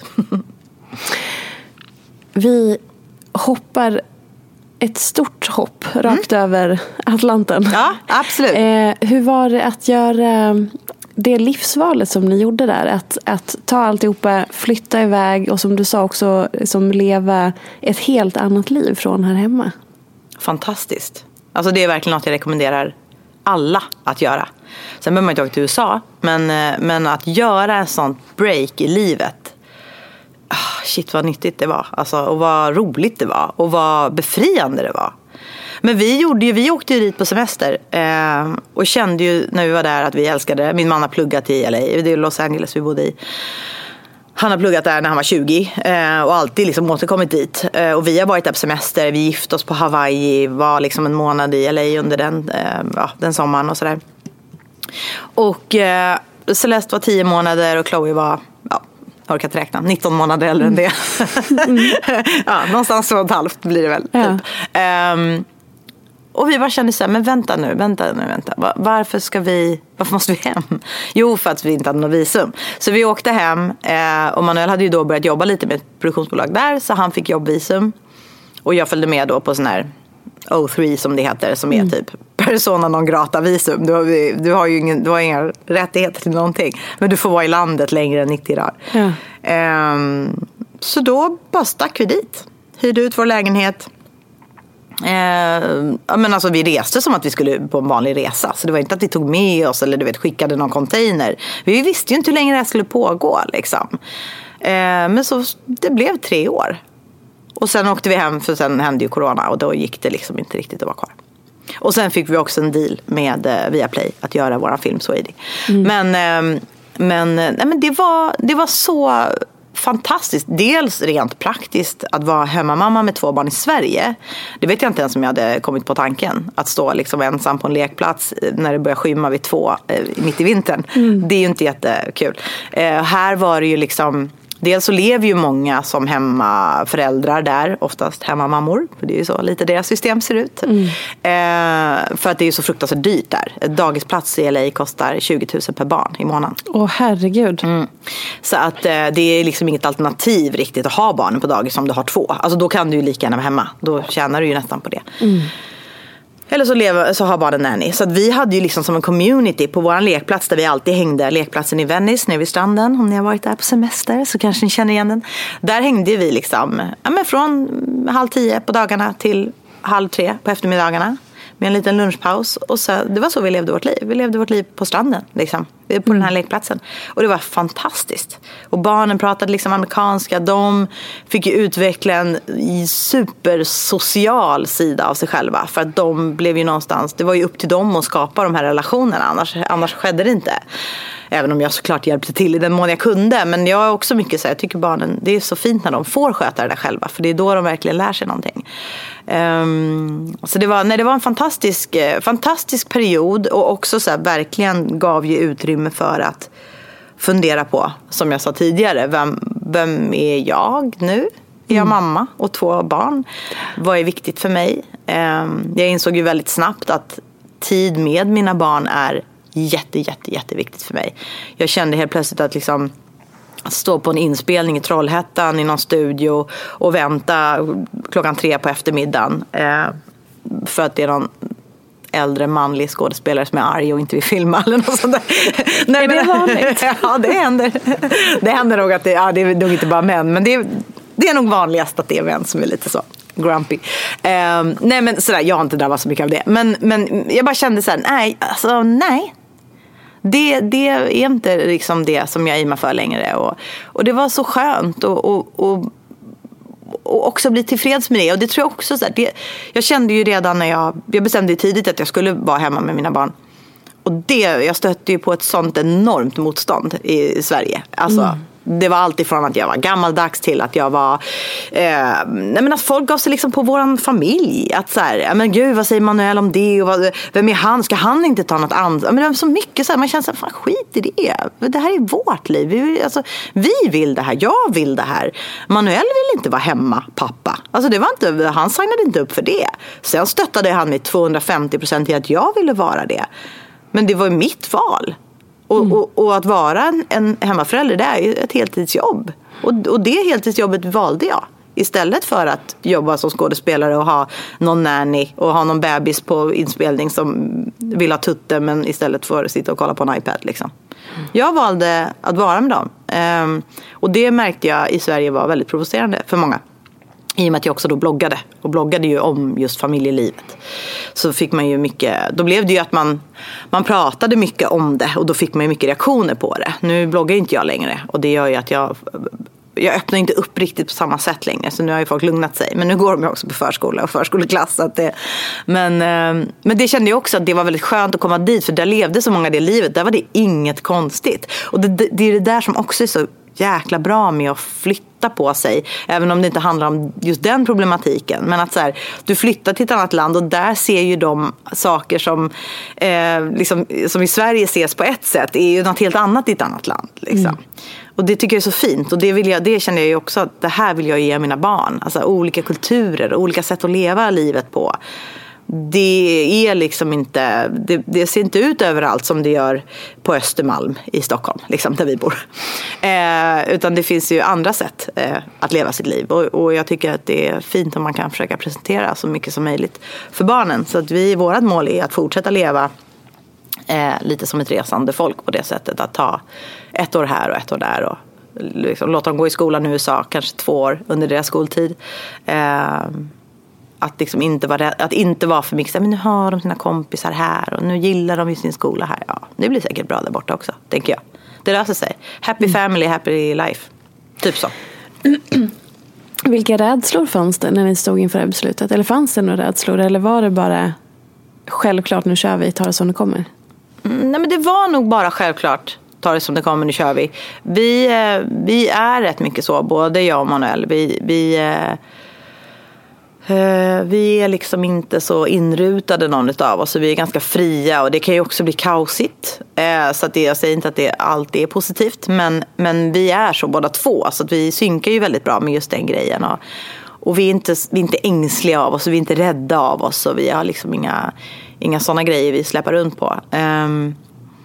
Speaker 5: Vi hoppar... ett stort hopp rakt mm. över Atlanten.
Speaker 6: Ja, absolut.
Speaker 5: Eh, hur var det att göra det livsvalet som ni gjorde där? Att, att ta alltihopa, flytta iväg och som du sa också, som leva ett helt annat liv från här hemma.
Speaker 6: Fantastiskt. Alltså det är verkligen något jag rekommenderar alla att göra. Sen behöver man inte åka till U S A, men, men att göra en sån break i livet. Shit vad nyttigt det var, alltså, och vad roligt det var och vad befriande det var. Men vi gjorde ju, vi åkte ju dit på semester eh, och kände ju när vi var där att vi älskade det. Min man har pluggat i L A, det är Los Angeles vi bodde i. Han har pluggat där när han var tjugo eh, och alltid liksom återkommit dit. Eh, och vi har varit där på semester, vi gifte oss på Hawaii, var liksom en månad i L A under den, eh, ja, den sommaren och sådär. Och eh, Celeste var tio månader och Chloe var... Ja, jag orkar räkna, nitton månader äldre än det. Mm. Ja, någonstans så ett halvt blir det väl.
Speaker 5: Ja.
Speaker 6: Typ. Um, och vi bara kände så här, men vänta nu, vänta nu, vänta. Varför ska vi, varför måste vi hem? Jo, för att vi inte hade något visum. Så vi åkte hem eh, och Manuel hade ju då börjat jobba lite med ett produktionsbolag där, så han fick jobbvisum. Och jag följde med då på sån här O tre som det heter, som är mm. typ persona non grata visum. Du har, du har ju ingen, du har inga rättigheter till någonting, men du får vara i landet längre än nittio dagar. Ja. Um, så då bara stack vi dit. Hyrde ut vår lägenhet. Uh, men alltså vi reste som att vi skulle på en vanlig resa. Så det var inte att vi tog med oss eller du vet, skickade någon container. Vi visste ju inte hur länge det här skulle pågå liksom. Uh, men så det blev tre år. Och sen åkte vi hem, för sen hände ju corona och då gick det liksom inte riktigt att vara kvar. Och sen fick vi också en deal med eh, Viaplay att göra våran film Swedish. Mm. Men, eh, men, nej, men det, var, det var så fantastiskt. Dels rent praktiskt att vara hemmamamma med två barn i Sverige. Det vet jag inte ens om jag hade kommit på tanken. Att stå liksom ensam på en lekplats när det börjar skymma vid två eh, mitt i vintern. Mm. Det är ju inte jättekul. Eh, här var det ju liksom... Dels så lever ju många som hemmaföräldrar där, oftast hemmamammor, för det är ju så lite deras system ser ut. Mm. Eh, för att det är ju så fruktansvärt dyrt där. Ett dagisplats i L A kostar tjugo tusen per barn i månaden.
Speaker 5: Åh, herregud. Mm.
Speaker 6: Så att eh, det är liksom inget alternativ riktigt att ha barnen på dagis om du har två. Alltså då kan du ju lika gärna vara hemma. Då tjänar du ju nästan på det. Mm. Eller så, lever, så har barnen nanny. Så att vi hade ju liksom som en community på vår lekplats där vi alltid hängde. Lekplatsen i Venice, nere vid stranden. Om ni har varit där på semester så kanske ni känner igen den. Där hängde vi liksom ja, men från halv tio på dagarna till halv tre på eftermiddagarna. Med en liten lunchpaus. Och så, det var så vi levde vårt liv. Vi levde vårt liv på stranden liksom. På den här lekplatsen. Och det var fantastiskt. Och barnen pratade liksom amerikanska. De fick ju utveckla en supersocial sida av sig själva. För att de blev ju någonstans... Det var ju upp till dem att skapa de här relationerna. Annars, annars skedde det inte. Även om jag såklart hjälpte till i den mån jag kunde. Men jag är också mycket så här, jag tycker barnen... Det är så fint när de får sköta det där själva. För det är då de verkligen lär sig någonting. Um, så det var, nej, det var en fantastisk, fantastisk period. Och också så här, verkligen gav ju utrymme för att fundera på, som jag sa tidigare, vem, vem är jag nu? Är jag mm. mamma och två barn? Vad är viktigt för mig? Um, jag insåg ju väldigt snabbt att tid med mina barn är jätte, jätte, jätteviktigt för mig. Jag kände helt plötsligt att liksom att stå på en inspelning i Trollhättan i någon studio och vänta klockan tre på eftermiddagen eh, för att det är någon äldre manlig skådespelare som är arg och inte vill filma eller något sånt där. Nej,
Speaker 5: är det
Speaker 6: men,
Speaker 5: vanligt?
Speaker 6: Ja, det händer. Det händer nog att det, ja, det är nog inte bara män, men det är, det är nog vanligast att det är män som är lite så grumpy. Eh, nej, men sådär, jag har inte drabbats så mycket av det. Men, men jag bara kände så här, nej, alltså nej. Det, det är inte liksom det som jag är för längre. Och, och det var så skönt och, och, och, och också bli tillfreds med det. Och det tror jag också så här, det, jag kände ju redan när jag, jag bestämde ju tidigt att jag skulle vara hemma med mina barn. Och det, jag stötte ju på ett sånt enormt motstånd i Sverige. Alltså... Mm. Det var alltid från att jag var gammaldags till att jag var eh, nej men att folk gav sig liksom på våran familj att så här, men gud vad säger Manuel om det och vad, vem är han, ska han inte ta något annat, men det var så mycket så här, man känner så här, fan skit i det, det här är vårt liv, vi, alltså, vi vill det här, jag vill det här, Manuel vill inte vara hemma pappa, alltså det var inte, han signade inte upp för det, sen stöttade han mig tvåhundrafemtio procent i att jag ville vara det, men det var mitt val. Och, mm. och, och att vara en, en hemmaförälder, det är ju ett heltidsjobb. Och, och det heltidsjobbet valde jag. Istället för att jobba som skådespelare och ha någon nanny och ha någon bebis på inspelning som vill ha tutte men istället för att sitta och kolla på en iPad. Liksom. Mm. Jag valde att vara med dem. Um, och det märkte jag i Sverige var väldigt provocerande för många. I och med att jag också då bloggade. Och bloggade ju om just familjelivet. Så fick man ju mycket... Då blev det ju att man, man pratade mycket om det. Och då fick man ju mycket reaktioner på det. Nu bloggar inte jag längre. Och det gör ju att jag... Jag öppnar inte upp riktigt på samma sätt längre. Så nu har ju folk lugnat sig. Men nu går de ju också på förskola och förskoleklass. Att det, men, men det kände jag också att det var väldigt skönt att komma dit. För där levde så många det livet. Där var det inget konstigt. Och det, det är det där som också är så jäkla bra med att flytta flytta på sig, även om det inte handlar om just den problematiken. Men att så här, du flyttar till ett annat land och där ser ju de saker som, eh, liksom, som i Sverige ses på ett sätt är ju något helt annat i ett annat land. Liksom. Mm. Och det tycker jag är så fint. Och det, vill jag, det känner jag ju också att det här vill jag ge mina barn. Alltså olika kulturer, olika sätt att leva livet på. Det är liksom inte, det, det ser inte ut överallt som det gör på Östermalm i Stockholm, liksom där vi bor. Eh, utan det finns ju andra sätt eh, att leva sitt liv. Och, och jag tycker att det är fint om man kan försöka presentera så mycket som möjligt för barnen. Så att vi, vårat mål är att fortsätta leva eh, lite som ett resande folk på det sättet. Att ta ett år här och ett år där och liksom låta dem gå i skolan i U S A, kanske två år under deras skoltid. Eh, Att, liksom inte vara, att inte vara för mycket, men nu har de sina kompisar här och nu gillar de ju sin skola här. Ja, det blir säkert bra där borta också, tänker jag. Det löser sig. Happy family, happy life. Typ så.
Speaker 5: Vilka rädslor fanns det när ni stod inför det här beslutet? Eller fanns det några rädslor? Eller var det bara självklart, nu kör vi, tar det som det kommer?
Speaker 6: Mm, nej, men det var nog bara självklart. Ta det som det kommer, nu kör vi. Vi, vi är rätt mycket så, både jag och Manuel. Vi... vi Uh, vi är liksom inte så inrutade någon av oss, så vi är ganska fria och det kan ju också bli kaosigt. Uh, så att det, jag säger inte att det alltid är positivt, men, men vi är så båda två, så att vi synkar ju väldigt bra med just den grejen. Och, och vi, är inte, vi är inte ängsliga av oss, vi är inte rädda av oss, och vi har liksom inga, inga sådana grejer vi släpper runt på. Um,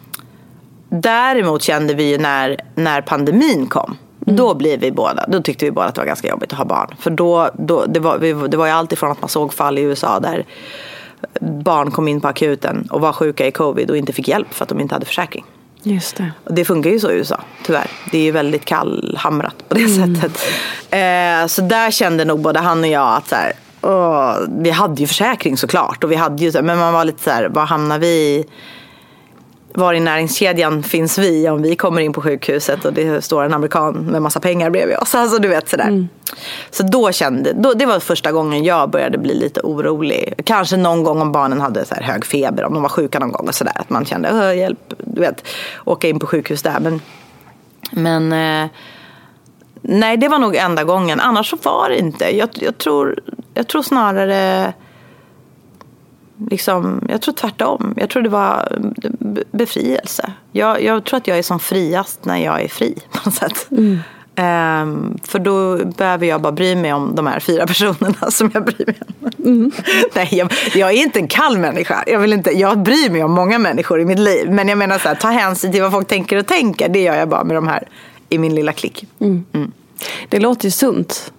Speaker 6: däremot kände vi ju när, när pandemin kom, Mm. Då blev vi båda, då tyckte vi båda att det var ganska jobbigt att ha barn. För då, då det, var, det var ju allt ifrån att man såg fall i U S A där barn kom in på akuten och var sjuka i covid och inte fick hjälp för att de inte hade försäkring.
Speaker 5: Just det.
Speaker 6: Och det funkar ju så i U S A, tyvärr. Det är ju väldigt kallhamrat på det mm. sättet. Eh, så där kände nog både han och jag att så här, åh, vi hade ju försäkring såklart. Och vi hade ju, men man var lite så här, var hamnar vi... Var i näringskedjan finns vi om vi kommer in på sjukhuset och det står en amerikan med massa pengar bredvid oss. Alltså du vet sådär. Mm. Så då kände, då, det var första gången jag började bli lite orolig. Kanske någon gång om barnen hade så här hög feber, om de var sjuka någon gång och sådär. Att man kände, hjälp, du vet, åka in på sjukhus där. Men, men eh, nej, det var nog enda gången. Annars så var det inte. Jag, jag, tror, jag tror snarare... Liksom, jag tror tvärtom. Jag tror det var befrielse. Jag, jag tror att jag är som friast när jag är fri på något sätt. Mm. Um, för då behöver jag bara bry mig om de här fyra personerna som jag bryr mig om. Mm. Nej, jag, jag är inte en kall människa. Jag, vill inte, jag bryr mig om många människor i mitt liv. Men jag menar så här, ta hänsyn till vad folk tänker och tänker. Det gör jag bara med de här i min lilla klick. Mm. Mm.
Speaker 5: Det låter ju sunt.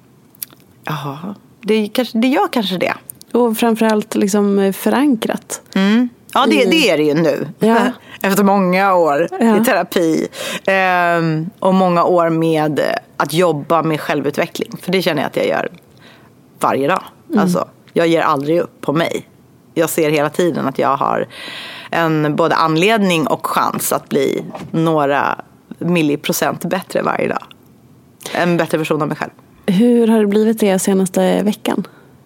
Speaker 6: Ja, det, kanske, det gör kanske det.
Speaker 5: Och framförallt liksom förankrat.
Speaker 6: Mm. Ja, det, det är det ju nu. Ja. Efter många år ja. i terapi. Um, och många år med att jobba med självutveckling. För det känner jag att jag gör varje dag. Mm. Alltså, jag ger aldrig upp på mig. Jag ser hela tiden att jag har en både anledning och chans att bli några milliprocent bättre varje dag. En bättre version av mig själv.
Speaker 5: Hur har det blivit det senaste veckan?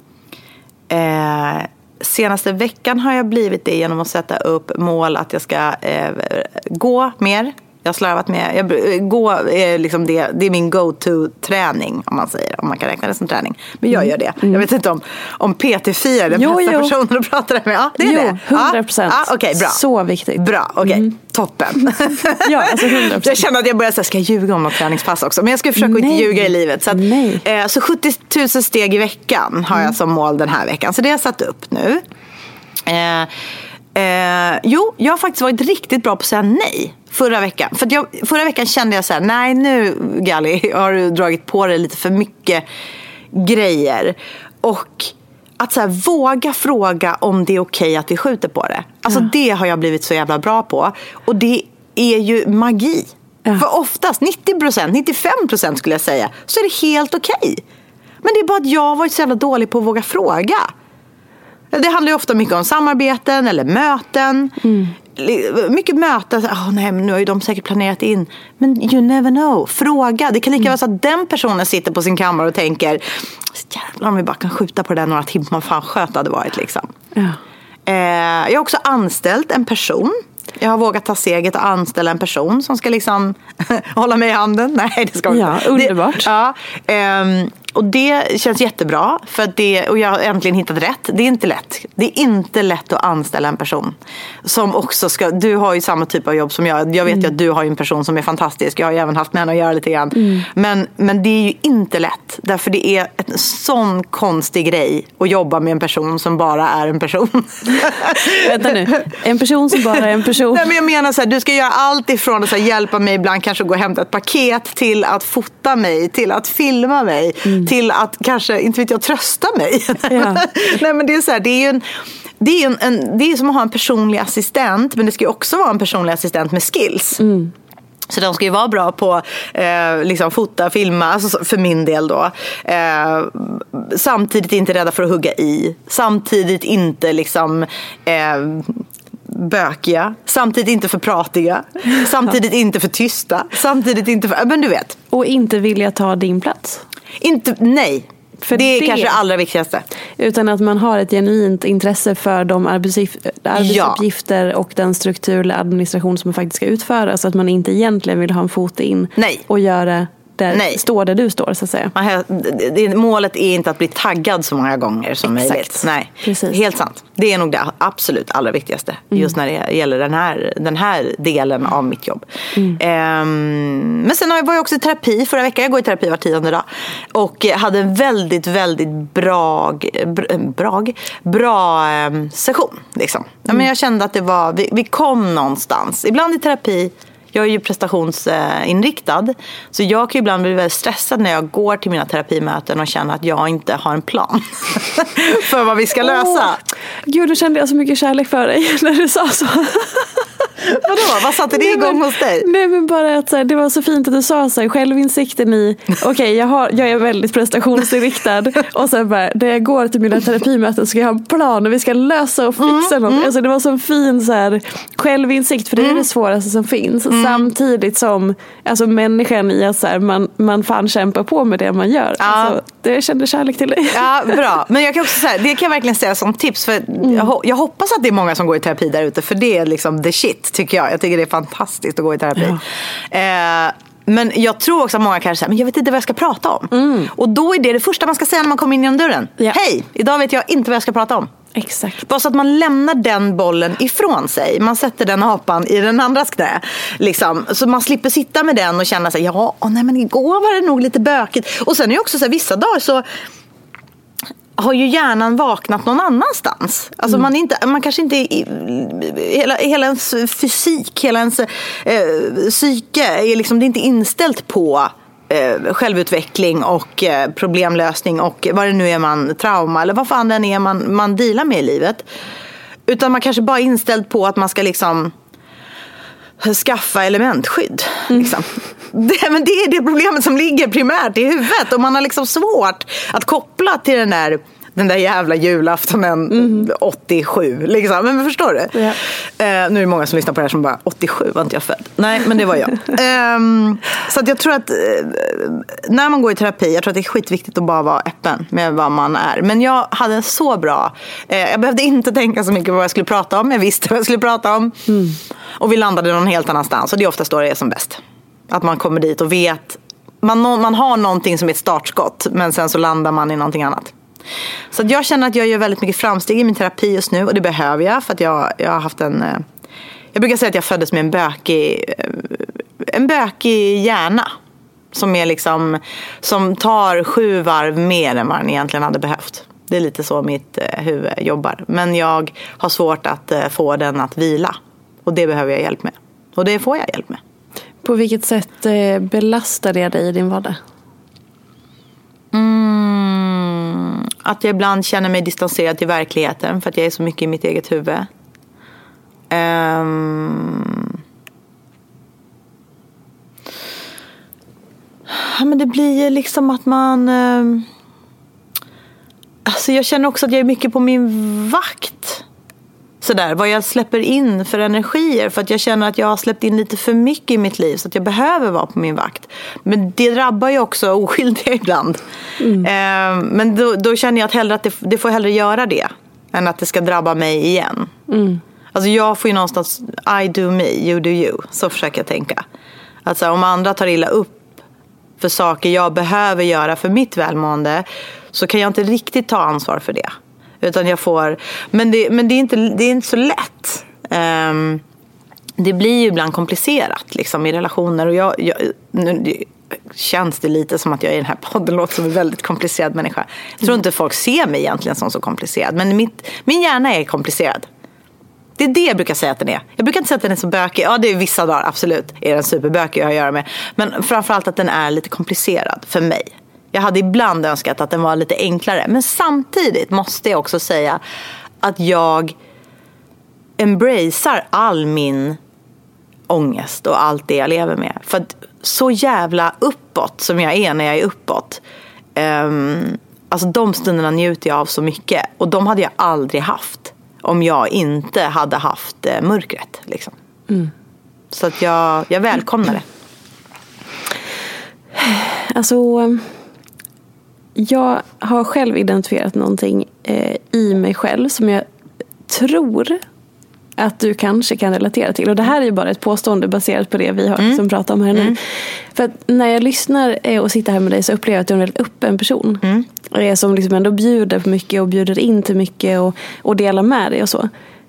Speaker 6: Eh, senaste veckan har jag blivit det genom att sätta upp mål att jag ska eh, gå mer. Jag har slarvat med jag, gå är liksom det, det är min go-to-träning om man säger, om man kan räkna det som träning. Men jag gör det. Mm. Jag vet inte om, om P T fyra är den
Speaker 5: jo,
Speaker 6: bästa
Speaker 5: jo.
Speaker 6: personen att prata med. Ja, det är
Speaker 5: jo,
Speaker 6: det.
Speaker 5: hundra procent.
Speaker 6: Ja, ah, okay, bra.
Speaker 5: Så viktigt.
Speaker 6: Bra, okej. Okay. Mm. Toppen.
Speaker 5: Ja, alltså hundra procent.
Speaker 6: Jag känner att jag börjar säga, ska jag ljuga om något träningspass också? Men jag ska försöka Nej. inte ljuga i livet. Så, att, eh, så sjuttio tusen steg i veckan har jag som mål den här veckan. Så det har jag satt upp nu. Eh, eh, jo, jag har faktiskt varit riktigt bra på att säga nej förra veckan. För att jag, förra veckan kände jag så här, nej nu Gali, har du dragit på dig lite för mycket grejer. Och att så här, våga fråga om det är okej att vi skjuter på det. Alltså ja. det har jag blivit så jävla bra på. Och det är ju magi. Ja. För oftast, nittio procent, nittiofem procent skulle jag säga, så är det helt okej. Men det är bara att jag har varit så jävla dålig på att våga fråga. Det handlar ju ofta mycket om samarbeten eller möten. Mm. Mycket möten. Oh, nej, men nu har ju de säkert planerat in. Men you never know. Fråga. Det kan lika vara så att den personen sitter på sin kammare och tänker, jävlar om vi bara kan skjuta på det där några timmar. Fan sköt hade varit liksom. Ja. Eh, jag har också anställt en person Jag har vågat ta steget och anställa en person som ska liksom hålla mig i handen. Nej, det ska vi
Speaker 5: Ja,
Speaker 6: inte.
Speaker 5: underbart.
Speaker 6: Det, ja, um, och det känns jättebra. För att det, och jag har äntligen hittat rätt. Det är inte lätt. Det är inte lätt att anställa en person som också ska... Du har ju samma typ av jobb som jag. Jag vet mm. ju att du har ju en person som är fantastisk. Jag har ju även haft med henne att göra lite grann. Mm. Men, men det är ju inte lätt. Därför det är en sån konstig grej att jobba med en person som bara är en person.
Speaker 5: Vänta nu. En person som bara är en person.
Speaker 6: Nej, men jag menar så här, du ska göra allt ifrån att så här, hjälpa mig ibland, kanske gå och hämta ett paket, till att fota mig, till att filma mig, mm. till att kanske, inte vet jag, trösta mig. Ja. Nej, men det är så här, det är ju en... Det är, en, en, det är som att ha en personlig assistent, men det ska ju också vara en personlig assistent med skills. Mm. Så de ska ju vara bra på eh, liksom fota, filma, alltså för min del då. Eh, samtidigt inte rädda för att hugga i. Samtidigt inte liksom... Eh, bökiga, samtidigt inte för pratiga, samtidigt inte för tysta, samtidigt inte för... Men du vet.
Speaker 5: Och inte vilja ta din plats.
Speaker 6: Inte, nej. För det är det, kanske det allra viktigaste.
Speaker 5: Utan att man har ett genuint intresse för de arbetsupp- arbetsuppgifter ja. och den struktur eller administration som man faktiskt ska utföra. Så att man inte egentligen vill ha en fot in
Speaker 6: nej.
Speaker 5: och göra där,
Speaker 6: nej.
Speaker 5: stå där du står, så att säga.
Speaker 6: Man, det, målet är inte att bli taggad så många gånger som möjligt. Nej,
Speaker 5: precis.
Speaker 6: Helt sant. Det är nog det absolut allra viktigaste. Mm. Just när det gäller den här, den här delen av mitt jobb. Mm. Um, men sen var jag också i terapi förra veckan. Jag går i terapi var tionde dag. Och hade en väldigt, väldigt bra, bra, bra um, session. Liksom. Mm. Ja, men jag kände att det var, vi, vi kom någonstans. Ibland i terapi... Jag är ju prestationsinriktad, så jag kan ju ibland bli väldigt stressad när jag går till mina terapimöten och känner att jag inte har en plan för vad vi ska lösa. Oh,
Speaker 5: Gud, då kände jag så mycket kärlek för dig när du sa så.
Speaker 6: Vadå? Vad satte det igång hos dig?
Speaker 5: Nej, men bara att så här, det var så fint att du sa så här, självinsikten i okej, okay, jag, har, jag är väldigt prestationsinriktad och sen bara, när jag går till mina terapimöten ska jag ha en plan och vi ska lösa och fixa mm, något. Mm. Alltså, det var så fin så här, självinsikt, för det är mm. det svåraste som finns. Mm. Samtidigt som alltså, människan i att så här, man, man fan kämpar på med det man gör. Ja. Alltså, det kände kärlek till dig.
Speaker 6: Ja, bra. Men jag kan också säga, det kan jag verkligen säga som tips, för mm. jag, jag hoppas att det är många som går i terapi där ute, för det är liksom the shit, tycker jag. Jag tycker det är fantastiskt att gå i terapi. Ja. Eh, men jag tror också att många kanske säger, men jag vet inte vad jag ska prata om. Mm. Och då är det det första man ska säga när man kommer in genom dörren. Ja. Hej, idag vet jag inte vad jag ska prata om.
Speaker 5: Exakt.
Speaker 6: Bara så att man lämnar den bollen ifrån sig. Man sätter den apan i den andras knä. Liksom. Så man slipper sitta med den och känna sig, ja, åh, nej, men igår var det nog lite bökigt. Och sen är det också så här, vissa dagar så har ju hjärnan vaknat någon annanstans. Alltså mm. man, är inte, man kanske inte... Hela, hela ens fysik, hela ens eh, psyke är liksom, det är inte inställt på eh, självutveckling och eh, problemlösning och vad det nu är man, trauma eller vad fan den är man, man dealar med i livet. Utan man kanske bara är inställd på att man ska liksom skaffa elementskydd. Mm. Liksom. Det, men det är det problemet som ligger primärt i huvudet. Och man har liksom svårt att koppla till den där, den där jävla julaftonen mm. åttiosju. Liksom. Men förstår du? Ja. Uh, nu är det många som lyssnar på det här som bara, åttiosju var inte jag född. Nej, men det var jag. um, så att jag tror att uh, när man går i terapi, jag tror att det är skitviktigt att bara vara öppen med vad man är. Men jag hade så bra. Uh, jag behövde inte tänka så mycket på vad jag skulle prata om. Jag visste vad jag skulle prata om. Mm. Och vi landade någon helt annanstans. Och det är oftast då det är som bäst. Att man kommer dit och vet, man, man har någonting som är ett startskott, men sen så landar man i någonting annat. Så att jag känner att jag gör väldigt mycket framsteg i min terapi just nu, och det behöver jag, för att jag, jag har haft en, jag brukar säga att jag föddes med en bökig, en bökig hjärna som är liksom, som tar sju varv mer än vad den egentligen hade behövt. Det är lite så mitt huvud jobbar, men jag har svårt att få den att vila, och det behöver jag hjälp med, och det får jag hjälp med.
Speaker 5: På vilket sätt belastar det dig i din vardag?
Speaker 6: Mm, att jag ibland känner mig distanserad till verkligheten för att jag är så mycket i mitt eget huvud. Um, ja, men det blir liksom att man... Um, alltså jag känner också att jag är mycket på min vakt. Sådär, vad jag släpper in för energier, för att jag känner att jag har släppt in lite för mycket i mitt liv, så att jag behöver vara på min vakt. Men det drabbar ju också oskyldiga ibland. Mm. Eh, men då, då känner jag att, hellre att det, det får hellre göra det än att det ska drabba mig igen. Mm. Alltså jag får ju någonstans, I do me, you do you. Så försöker jag tänka. Alltså om andra tar illa upp för saker jag behöver göra för mitt välmående, så kan jag inte riktigt ta ansvar för det. Utan jag får, men det, men det, är, inte, det är inte så lätt. Um, det blir ju ibland komplicerat liksom, i relationer. Och jag, jag, nu känns det lite som att jag i den här podden låter som en väldigt komplicerad människa. Jag tror inte folk ser mig egentligen som så komplicerad. Men mitt, min hjärna är komplicerad. Det är det jag brukar säga att den är. Jag brukar inte säga att den är så bökig. Ja, det är vissa dagar, absolut. Är den superbökig att göra med. Men framförallt att den är lite komplicerad för mig. Jag hade ibland önskat att den var lite enklare. Men samtidigt måste jag också säga att jag embracear all min ångest och allt det jag lever med. För att så jävla uppåt som jag är när jag är uppåt. Um, alltså de stunderna njuter jag av så mycket. Och de hade jag aldrig haft om jag inte hade haft eh, mörkret. Liksom. Mm. Så att jag, jag välkomnar det.
Speaker 5: Alltså, jag har själv identifierat någonting eh, i mig själv som jag tror att du kanske kan relatera till. Och det här är ju bara ett påstående baserat på det vi har mm. som pratar om här nu. Mm. För att när jag lyssnar och sitter här med dig så upplever jag att du är en väldigt öppen person. Mm. Som liksom ändå bjuder på mycket och bjuder in till mycket och, och delar med dig och så.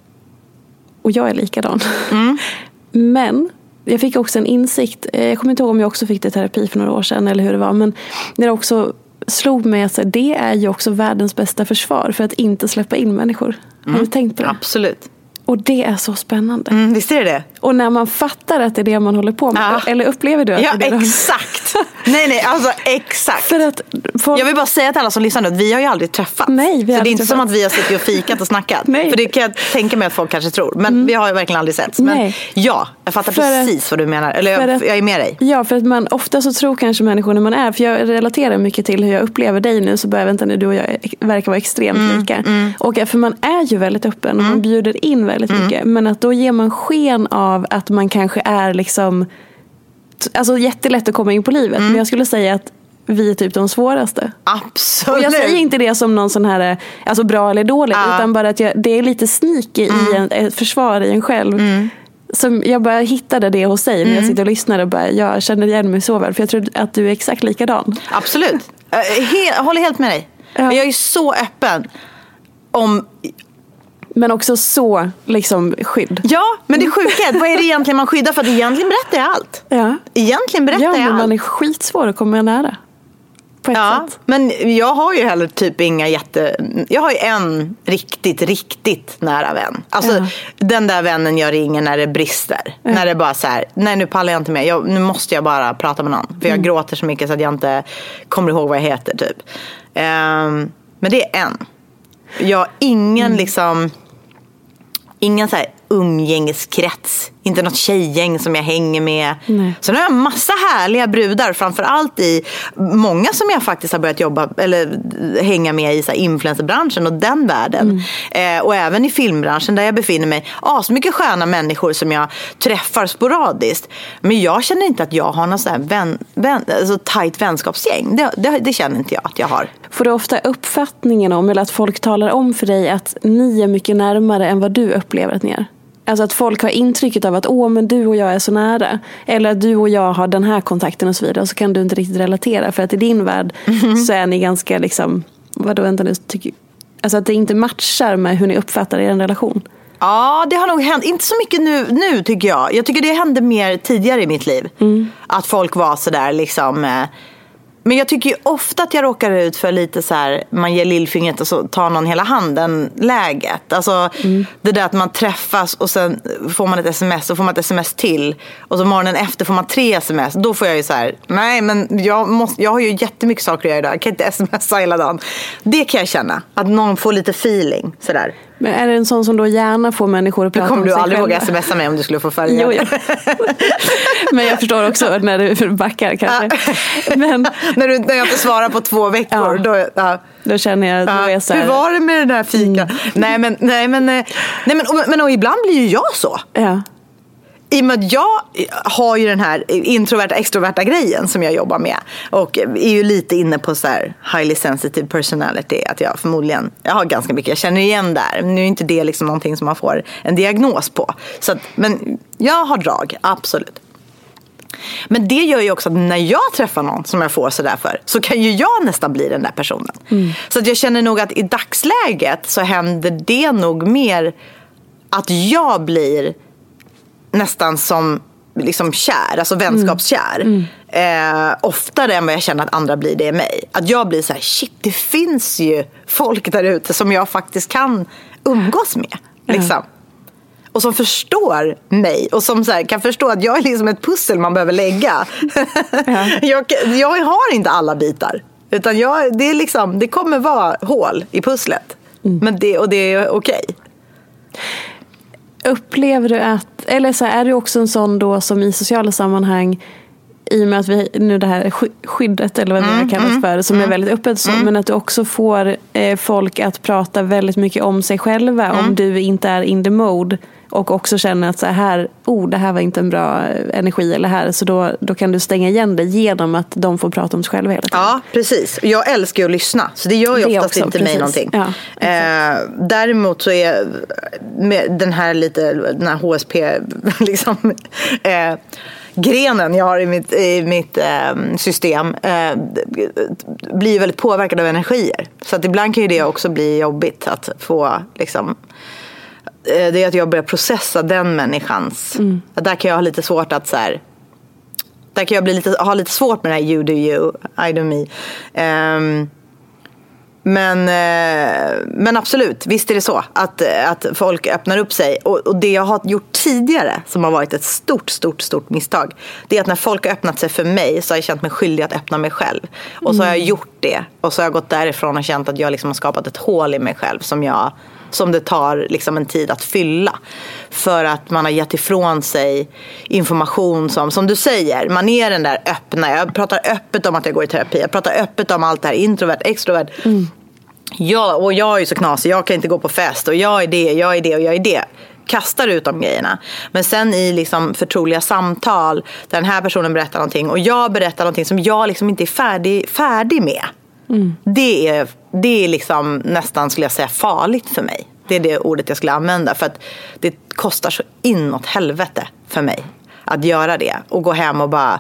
Speaker 5: Och jag är likadan. Mm. Men jag fick också en insikt. Jag kommer inte ihåg om jag också fick det i terapi för några år sedan eller hur det var. Men det också slog mig att det är ju också världens bästa försvar för att inte släppa in människor. Mm. Har du tänkt på det?
Speaker 6: Absolut.
Speaker 5: Och det är så spännande.
Speaker 6: Mm, visst är det det?
Speaker 5: Och när man fattar att det är det man håller på med. Ja. Eller upplever du att
Speaker 6: ja,
Speaker 5: det är det?
Speaker 6: Ja, exakt. nej, nej, alltså exakt.
Speaker 5: För att folk...
Speaker 6: Jag vill bara säga till alla som lyssnar nu att vi har ju aldrig träffat.
Speaker 5: Nej, vi har
Speaker 6: så det är inte
Speaker 5: träffat.
Speaker 6: som att vi har suttit och fikat och snackat.
Speaker 5: Nej.
Speaker 6: För det kan jag tänka mig att folk kanske tror. Men mm. vi har ju verkligen aldrig sett. Men nej. Ja, jag fattar för precis att, vad du menar. Eller jag, att, jag är med dig.
Speaker 5: Ja, för att man ofta så tror kanske människor när man är. För jag relaterar mycket till hur jag upplever dig nu. Så börjar vänta nu, du och jag verkar vara extremt mm. lika. Mm. Och för man är ju väldigt öppen. Och mm. man bjuder in väldigt mm. mycket. Men att då ger man sken av att man kanske är liksom, alltså jättelätt att komma in på livet. Mm. Men jag skulle säga att vi är typ de svåraste.
Speaker 6: Absolut.
Speaker 5: Och jag säger inte det som någon sån här, alltså bra eller dåligt, ja. Utan bara att jag, det är lite sneaky mm. i en, ett försvar i en själv. Mm. Som jag bara hittade det hos dig när mm. jag sitter och lyssnar och bara, jag känner igen mig så väl. För jag tror att du är exakt likadan.
Speaker 6: Absolut. Jag håller helt med dig. Ja. Jag är så öppen om...
Speaker 5: Men också så liksom skydd.
Speaker 6: Ja, men det är sjukt. Vad är det egentligen man skyddar? För att egentligen berättar jag allt.
Speaker 5: Ja.
Speaker 6: Egentligen berättar
Speaker 5: ja,
Speaker 6: jag allt.
Speaker 5: Ja, men man är skitsvår att komma nära. På ett
Speaker 6: ja,
Speaker 5: sätt.
Speaker 6: Men jag har ju heller typ inga jätte... Jag har ju en riktigt, riktigt nära vän. Alltså ja. Den där vännen jag ringer när det brister. Ja. När det bara så här, nej nu pallar jag inte med. Jag, nu måste jag bara prata med någon. För jag mm. gråter så mycket så att jag inte kommer ihåg vad jag heter typ. Um, men det är en. Jag har ingen mm. liksom... Ingen så här umgängeskrets. Inte något tjejgäng som jag hänger med. Nej. Så nu har jag en massa härliga brudar. Framförallt i många som jag faktiskt har börjat jobba eller hänga med i så här influencerbranschen och den världen. Mm. Eh, och även i filmbranschen där jag befinner mig. Ja, så mycket sköna människor som jag träffar sporadiskt. Men jag känner inte att jag har någon så här vän, vän, alltså tajt vänskapsgäng. Det, det, det känner inte jag att jag har.
Speaker 5: Får du ofta uppfattningen om, eller att folk talar om för dig att ni är mycket närmare än vad du upplever att ni är? Alltså att folk har intrycket av att åh, men du och jag är så nära. Eller att du och jag har den här kontakten och så vidare. Och så kan du inte riktigt relatera. För att i din värld mm-hmm. så är ni ganska liksom, vadå vänta nu, tycker, alltså att det inte matchar med hur ni uppfattar er en relation.
Speaker 6: Ja, det har nog hänt. Inte så mycket nu, nu tycker jag. Jag tycker det hände mer tidigare i mitt liv. Mm. Att folk var så där liksom... Eh, Men jag tycker ju ofta att jag råkar ut för lite så här, man ger lillfingret och så tar någon hela handen läget. Alltså mm. det där att man träffas och sen får man ett sms och får man ett sms till. Och så morgonen efter får man tre sms. Då får jag ju så här, nej men jag, måste, jag har ju jättemycket saker att göra idag. Jag kan inte smsa hela dagen. Det kan jag känna, att någon får lite feeling sådär.
Speaker 5: Men är det en sån som då gärna får människor att prata om sig själva?
Speaker 6: Du kommer du aldrig våga smsa mig om du skulle få följa.
Speaker 5: Jo, ja. Men jag förstår också när du backar kanske. Men,
Speaker 6: när, du, när jag inte svarar på två veckor. Ja. Då, ja.
Speaker 5: då känner jag, då är jag så här...
Speaker 6: Hur var det med den där fika? Mm. Nej, men, nej, men, nej, men, och, men och ibland blir ju jag så.
Speaker 5: Ja.
Speaker 6: i och med att jag har ju den här introverta, extroverta grejen som jag jobbar med. Och är ju lite inne på så här highly sensitive personality. Att jag förmodligen, jag har ganska mycket, jag känner igen där. Nu är inte det liksom någonting som man får en diagnos på. Så att, men jag har drag, absolut. Men det gör ju också att när jag träffar någon som jag får sådär för, så kan ju jag nästan bli den där personen. Mm. Så att jag känner nog att i dagsläget så händer det nog mer att jag blir nästan som liksom kär, alltså vänskapskär. Mm. Mm. Eh, oftare än vad jag känner att andra blir det i mig. Att jag blir så här, shit, det finns ju folk där ute som jag faktiskt kan umgås med. Liksom. Mm. Och som förstår mig. Och som så här, kan förstå att jag är liksom ett pussel man behöver lägga. Ja. jag, jag har inte alla bitar. Utan jag, det, är liksom, det kommer vara hål i pusslet. Mm. Men det, och det är okej.
Speaker 5: Upplever du att, eller så här, är du också en sån då som i sociala sammanhang, i och med att vi nu det här skyddet eller vad det mm, kallas för, som mm, är väldigt öppet så, mm. men att du också får eh, folk att prata väldigt mycket om sig själva mm. om du inte är in the mode och också känner att så här, oh, det här var inte en bra energi eller här, så då, då kan du stänga igen det genom att de får prata om sig själva hela tiden.
Speaker 6: Ja, precis. Jag älskar ju att lyssna, så det gör ju det oftast också, inte precis. Mig någonting. Ja, eh, däremot så är med den här lite, den här H S P liksom eh, grenen jag har i mitt, i mitt eh, system eh, blir väldigt påverkad av energier. Så att ibland kan ju det också bli jobbigt att få liksom, eh, det är att jag börjar processa den människans. Mm. Där kan jag ha lite svårt att så här, där kan jag bli lite, ha lite svårt med det här you do you, I do me. Um, Men, men absolut, visst är det så att, att folk öppnar upp sig. Och, och det jag har gjort tidigare som har varit ett stort, stort, stort misstag, det är att när folk har öppnat sig för mig så har jag känt mig skyldig att öppna mig själv. Och så har jag gjort det. Och så har jag gått därifrån och känt att jag liksom har skapat ett hål i mig själv som, jag, som det tar liksom en tid att fylla. För att man har gett ifrån sig information som, som du säger, man är den där öppna. Jag pratar öppet om att jag går i terapi. Jag pratar öppet om allt det här, introvert, extrovert. Mm. Ja, och jag är ju så knasig, jag kan inte gå på fest och jag är det, jag är det och jag är det. Kastar ut de grejerna. Men sen i liksom förtroliga samtal där den här personen berättar någonting och jag berättar någonting som jag liksom inte är färdig, färdig med. Mm. Det är, det är liksom nästan, skulle jag säga, farligt för mig. Det är det ordet jag skulle använda, för att det kostar så inåt helvete för mig att göra det och gå hem och bara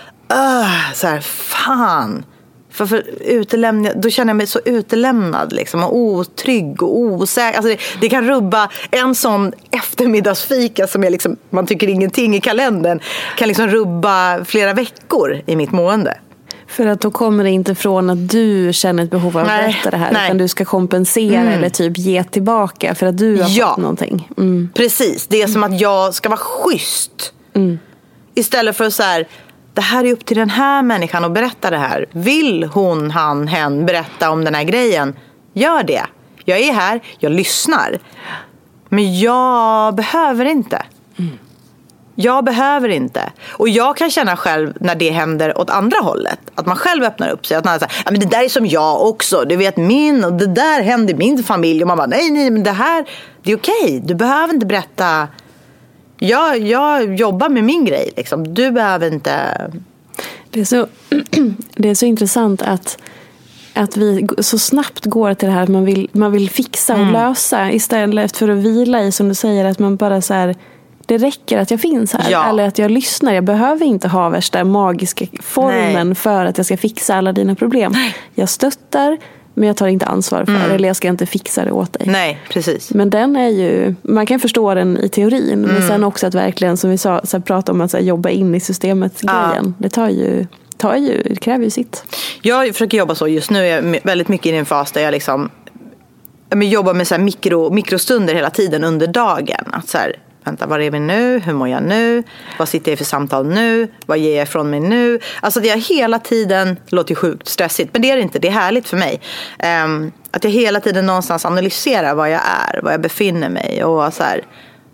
Speaker 6: uh, så här, fan. För, för utelämna, då känner jag mig så utelämnad liksom, och otrygg och osäker. Alltså det, det kan rubba en sån eftermiddagsfika som är liksom, man tycker ingenting i kalendern, kan liksom rubba flera veckor i mitt mående.
Speaker 5: För att då kommer det inte från att du känner ett behov av att berätta det här, nej. Utan du ska kompensera mm. eller typ ge tillbaka för att du har ja. fått någonting. Mm.
Speaker 6: Precis, det är som att jag ska vara schysst. Mm. Istället för att så här, det här är upp till den här människan att berätta det här. Vill hon, han, hen berätta om den här grejen? Gör det. Jag är här, jag lyssnar. Men jag behöver inte. Mm. Jag behöver inte. Och jag kan känna själv när det händer åt andra hållet. Att man själv öppnar upp sig. Att man säger, ja, men det där är som jag också. Du vet min, och det där händer i min familj. Och man bara, nej, nej, men det här, det är okej. Du behöver inte berätta. Jag, jag jobbar med min grej liksom. Du behöver inte.
Speaker 5: Det är så, det är så intressant att, att vi så snabbt går till det här att man vill, man vill fixa och mm. lösa. Istället för att vila i, som du säger, att man bara så här, det räcker att jag finns här. Ja. Eller att jag lyssnar. Jag behöver inte ha värsta magiska formen Nej. För att jag ska fixa alla dina problem. Nej. Jag stöttar, men jag tar inte ansvar för mm. det. Eller jag ska inte fixa det åt dig.
Speaker 6: Nej, precis.
Speaker 5: Men den är ju, man kan förstå den i teorin. Mm. Men sen också att verkligen, som vi sa, så här, prata om att så här, jobba in i systemet ja. Grejen. Det tar ju, tar ju, det kräver ju sitt. Jag
Speaker 6: försöker jobba så just nu. Jag är väldigt mycket i en fas där jag liksom jag jobbar med så här mikro, mikrostunder hela tiden under dagen. Att så här, vänta, var är vi nu? Hur mår jag nu? Vad sitter jag för samtal nu? Vad ger jag ifrån mig nu? Alltså det är hela tiden, det låter ju sjukt stressigt, men det är det inte. Det är härligt för mig. Um, att jag hela tiden någonstans analyserar vad jag är, vad jag befinner mig och så här,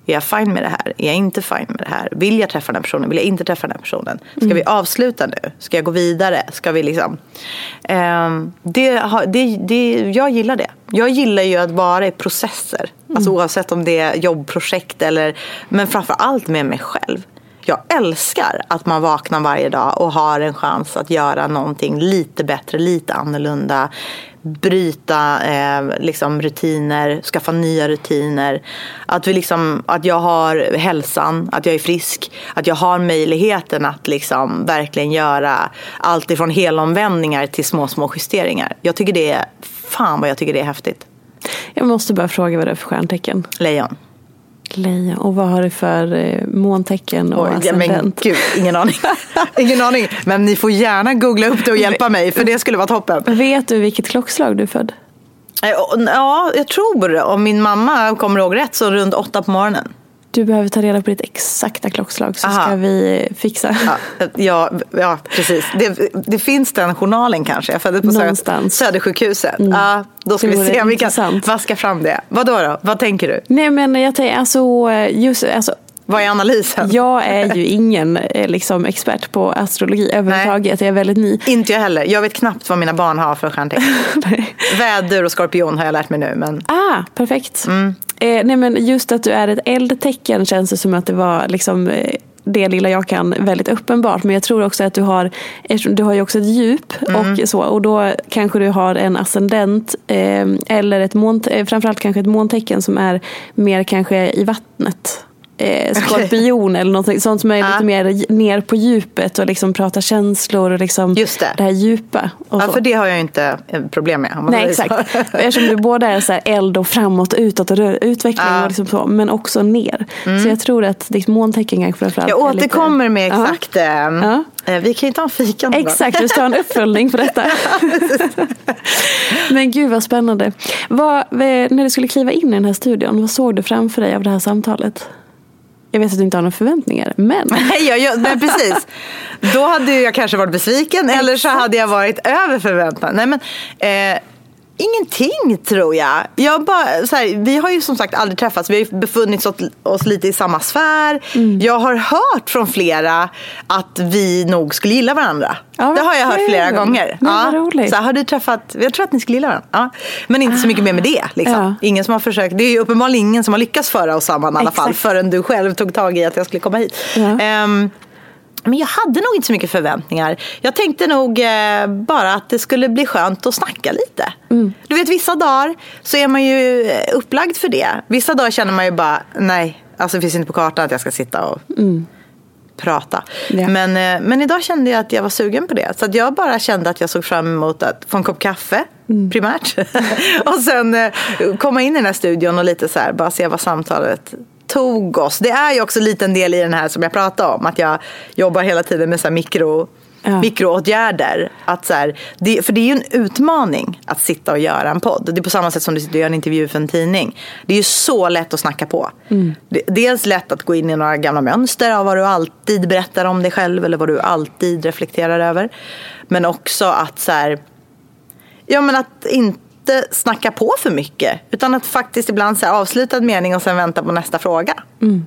Speaker 6: Är jag fine med det här? Är jag inte fine med det här? Vill jag träffa den här personen? Vill jag inte träffa den här personen? Ska mm. vi avsluta nu? Ska jag gå vidare? Ska vi liksom... Um, det, det, det, jag gillar det. Jag gillar ju att vara i processer. Mm. Alltså oavsett om det är jobbprojekt eller... Men framför allt med mig själv. Jag älskar att man vaknar varje dag och har en chans att göra någonting lite bättre, lite annorlunda. Bryta eh, liksom rutiner, skaffa nya rutiner. Att, vi liksom, att jag har hälsan, att jag är frisk. Att jag har möjligheten att liksom verkligen göra allt ifrån helomvändningar till små, små justeringar. Jag tycker det är, fan vad jag tycker det är häftigt.
Speaker 5: Jag måste bara fråga vad det är för stjärntecken.
Speaker 6: Lejon.
Speaker 5: Lejon. Och vad har du för eh, måntecken och ascendent?
Speaker 6: Men gud, ingen aning. ingen aning. Men ni får gärna googla upp det och hjälpa mig, för det skulle vara toppen.
Speaker 5: Vet du vilket klockslag du är född?
Speaker 6: Ja, jag tror, om min mamma kommer ihåg rätt, så runt åtta på morgonen.
Speaker 5: Du behöver ta reda på ditt exakta klockslag, så Aha. ska vi fixa.
Speaker 6: Ja, ja, ja precis. Det, det finns den journalen kanske. Jag föddes på Någonstans. Södersjukhuset. Mm. Ja, då ska det vi se om vi kan vaska fram det. Vad då då? Vad tänker du?
Speaker 5: Nej, men jag tänker alltså, just, alltså
Speaker 6: vad är analysen?
Speaker 5: Jag är ju ingen liksom, expert på astrologi överhuvudtaget. Jag är väldigt ny.
Speaker 6: Inte jag heller. Jag vet knappt vad mina barn har för stjärntecken. Väder och skorpion har jag lärt mig nu. Men...
Speaker 5: Ah, perfekt.
Speaker 6: Mm.
Speaker 5: Eh, nej, men just att du är ett eldtecken känns det som att det var liksom... Eh, det lilla jag kan väldigt uppenbart, men jag tror också att du har du har ju också ett djup mm. och så, och då kanske du har en ascendent eh, eller ett mån, framförallt kanske ett måntecken som är mer kanske i vattnet. Eh, skorpion okay. eller något sånt som är ja. lite mer ner på djupet och liksom pratar känslor och liksom
Speaker 6: Just det.
Speaker 5: det här djupa. Och
Speaker 6: ja,
Speaker 5: så.
Speaker 6: För det har jag ju inte problem med.
Speaker 5: Nej, exakt. Eftersom du både är så här eld och framåt, utåt och utveckling ja. och liksom så, men också ner. Mm. Så jag tror att ditt måntecken kanske framförallt
Speaker 6: jag återkommer lite... med exakt.
Speaker 5: Ja.
Speaker 6: Eh, vi kan ju ta en fika.
Speaker 5: Exakt, vi ska ha en uppföljning på detta. Men gud vad spännande. Vad, när du skulle kliva in i den här studion, vad såg du framför dig av det här samtalet? Jag vet att du inte har några förväntningar, men...
Speaker 6: Nej, jag, jag, nej precis. Då hade jag kanske varit besviken, eller så hade jag varit över förväntan. Nej, men... Eh, ingenting tror jag. jag bara, så här, vi har ju som sagt aldrig träffats. Vi har ju befunnit oss lite i samma sfär. Mm. Jag har hört från flera att vi nog skulle gilla varandra. Ja, det har jag hört flera gånger. Ja, så har du träffat, jag tror att ni skulle gilla varandra. Ja. Men inte ah. så mycket mer med det. Liksom. Ja. Ingen som har försökt. Det är ju uppenbarligen ingen som har lyckats föra oss samman i alla fall. Förrän du själv tog tag i att jag skulle komma hit. Ja. Um, Men jag hade nog inte så mycket förväntningar. Jag tänkte nog eh, bara att det skulle bli skönt att snacka lite. Mm. Du vet, vissa dagar så är man ju upplagd för det. Vissa dagar känner man ju bara, nej, alltså det finns inte på kartan att jag ska sitta och mm. prata. Ja. Men, eh, men idag kände jag att jag var sugen på det. Så att jag bara kände att jag såg fram emot att få en kopp kaffe, mm. primärt. Och sen eh, komma in i den här studion och lite så här, bara se vad samtalet tog oss. Det är ju också en liten del i den här som jag pratade om, att jag jobbar hela tiden med så här mikro, ja. mikroåtgärder. Att så här, det, för det är ju en utmaning att sitta och göra en podd. Det är på samma sätt som du sitter och gör en intervju för en tidning. Det är ju så lätt att snacka på. Mm. Det, dels lätt att gå in i några gamla mönster av vad du alltid berättar om dig själv eller vad du alltid reflekterar över. Men också att så här, ja, men att inte snacka på för mycket, utan att faktiskt ibland säga avslutad mening och sen vänta på nästa fråga. Mm.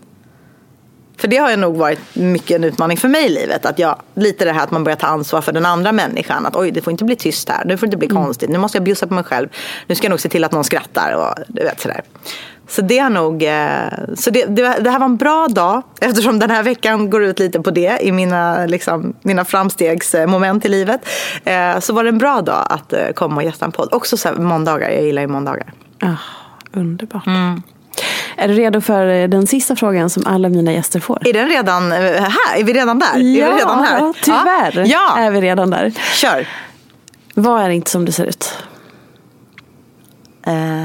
Speaker 6: För det har ju nog varit mycket en utmaning för mig i livet, att jag, lite det här att man börjar ta ansvar för den andra människan, att oj, det får inte bli tyst här, nu får det inte bli mm. konstigt, nu måste jag bjussa på mig själv, nu ska jag nog se till att någon skrattar och du vet sådär. Så det har nog så det, det, det här var en bra dag, eftersom den här veckan går ut lite på det i mina, liksom, mina framstegsmoment i livet. Så var det en bra dag att komma och gästa en podd. Också så här, måndagar, jag gillar ju måndagar.
Speaker 5: Ah, underbart. Mm. Är du redo för den sista frågan som alla mina gäster får?
Speaker 6: Är den redan här? Är vi redan där?
Speaker 5: Ja,
Speaker 6: är vi redan här?
Speaker 5: Tyvärr ja. är vi redan där.
Speaker 6: Kör.
Speaker 5: Vad är inte som det ser ut?
Speaker 6: Uh...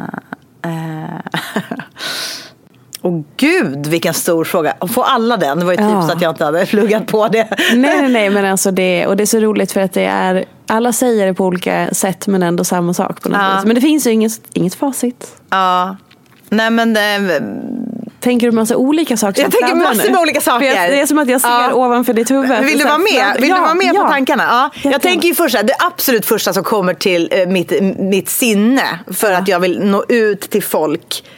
Speaker 6: Åh oh, gud, vilken stor fråga. Få alla den, det var ju typ ja. så att jag inte hade pluggat på det.
Speaker 5: Nej, nej, nej, men alltså det, och det är så roligt för att det är, alla säger det på olika sätt men ändå samma sak på något ja. vis. Men det finns ju inget, inget facit.
Speaker 6: Ja, nej men det...
Speaker 5: Tänker du massa olika saker?
Speaker 6: Jag tänker massor med olika saker.
Speaker 5: Jag, det är som att jag ser ja. ovanför ditt huvud.
Speaker 6: Vill du vara med? Vill ja, du vara med ja. på tankarna? Ja. Jag, jag tänker ju först, det absolut första som kommer till eh, mitt, mitt sinne för ja. att jag vill nå ut till folk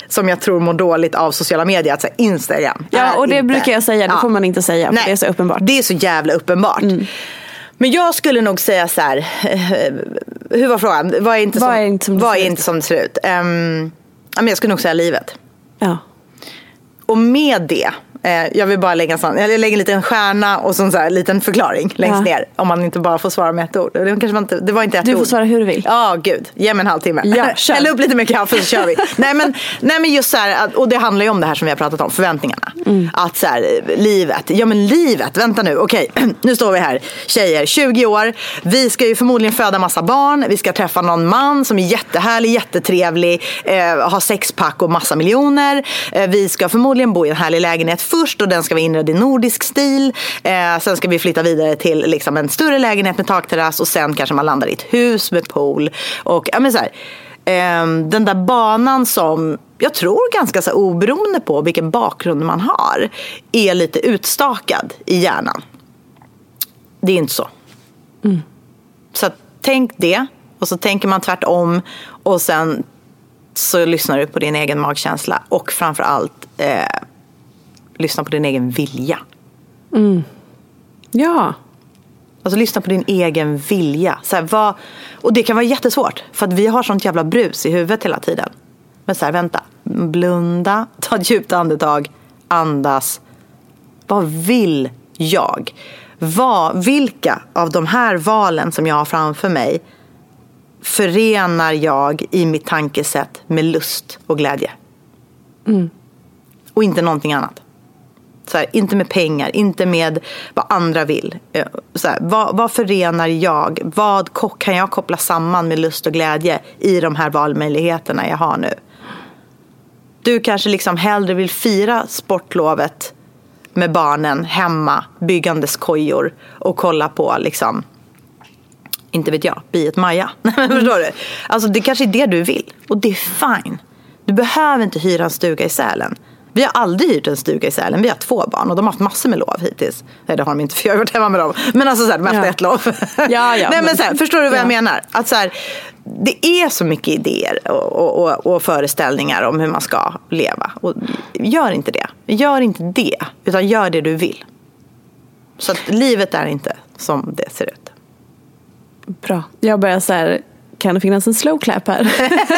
Speaker 6: som jag tror mår dåligt av sociala medier, att säga Instagram.
Speaker 5: Ja, och det
Speaker 6: inte.
Speaker 5: brukar jag säga, det
Speaker 6: ja.
Speaker 5: får man inte säga, för
Speaker 6: Nej,
Speaker 5: det är så uppenbart.
Speaker 6: Det är så jävla uppenbart. Mm. Men jag skulle nog säga så här, hur var frågan? Vad är inte,
Speaker 5: vad
Speaker 6: som,
Speaker 5: är inte, som,
Speaker 6: vad
Speaker 5: det
Speaker 6: är inte som det ser ut? Um, jag skulle nog säga livet.
Speaker 5: Ja.
Speaker 6: Och med det, eh, jag vill bara lägga en, sån, jag lägger en liten stjärna och en så här liten förklaring längst ja. ner. Om man inte bara får svara med ett ord. Det, kanske var inte, det var inte ett
Speaker 5: du
Speaker 6: ord.
Speaker 5: Du får svara hur du vill.
Speaker 6: Ja, oh, gud. Ge mig en halvtimme.
Speaker 5: Ja, kör.
Speaker 6: Häll upp lite mer kaffe så kör vi. nej, men, nej men just så här, och det handlar ju om det här som vi har pratat om, förväntningarna. Mm. Att så här, livet, ja men livet, vänta nu, okej, nu står vi här, tjejer, tjugo år, vi ska ju förmodligen föda massa barn, vi ska träffa någon man som är jättehärlig, jättetrevlig, eh, ha sexpack och massa miljoner, eh, vi ska förmodligen bo i en härlig lägenhet först och den ska vi inreda i nordisk stil, eh, sen ska vi flytta vidare till liksom en större lägenhet med takterrass och sen kanske man landar i ett hus med pool och ja men så här, eh, den där banan som jag tror ganska så oberoende på vilken bakgrund man har är lite utstakad i hjärnan. Det är inte så. Mm. Så att, tänk det och så tänker man tvärtom och sen så lyssnar du på din egen magkänsla och framförallt eh, lyssna på din egen vilja.
Speaker 5: Mm. Ja.
Speaker 6: Alltså lyssna på din egen vilja. Så här, vad, och det kan vara jättesvårt för att vi har sånt jävla brus i huvudet hela tiden. Men så här, vänta. Blunda, ta ett djupt andetag, andas. Vad vill jag? Vad, vilka av de här valen som jag har framför mig förenar jag i mitt tankesätt med lust och glädje? Mm. Och inte någonting annat. Så här, inte med pengar, inte med vad andra vill. Så här, vad, vad förenar jag? Vad kan jag koppla samman med lust och glädje i de här valmöjligheterna jag har nu? Du kanske liksom hellre vill fira sportlovet med barnen hemma, byggandes kojor och kolla på liksom, inte vet jag, Biet Maja. Förstår du? Alltså det kanske är det du vill och det är fine. Du behöver inte hyra en stuga i Sälen. Vi har aldrig hyrt en stuga i Sälen. Vi har två barn och de har haft massor med lov hittills. Nej, det har de inte för jag har varit hemma med dem. Men alltså så här, de har haft ja. ett lov.
Speaker 5: Ja, ja.
Speaker 6: Nej, men så här, förstår du vad
Speaker 5: ja.
Speaker 6: jag menar? Att så här, det är så mycket idéer och, och, och, och föreställningar om hur man ska leva. Och gör inte det. Gör inte det. Utan gör det du vill. Så att livet är inte som det ser ut.
Speaker 5: Bra. Jag börjar så här... Kan det finnas en slow clap här?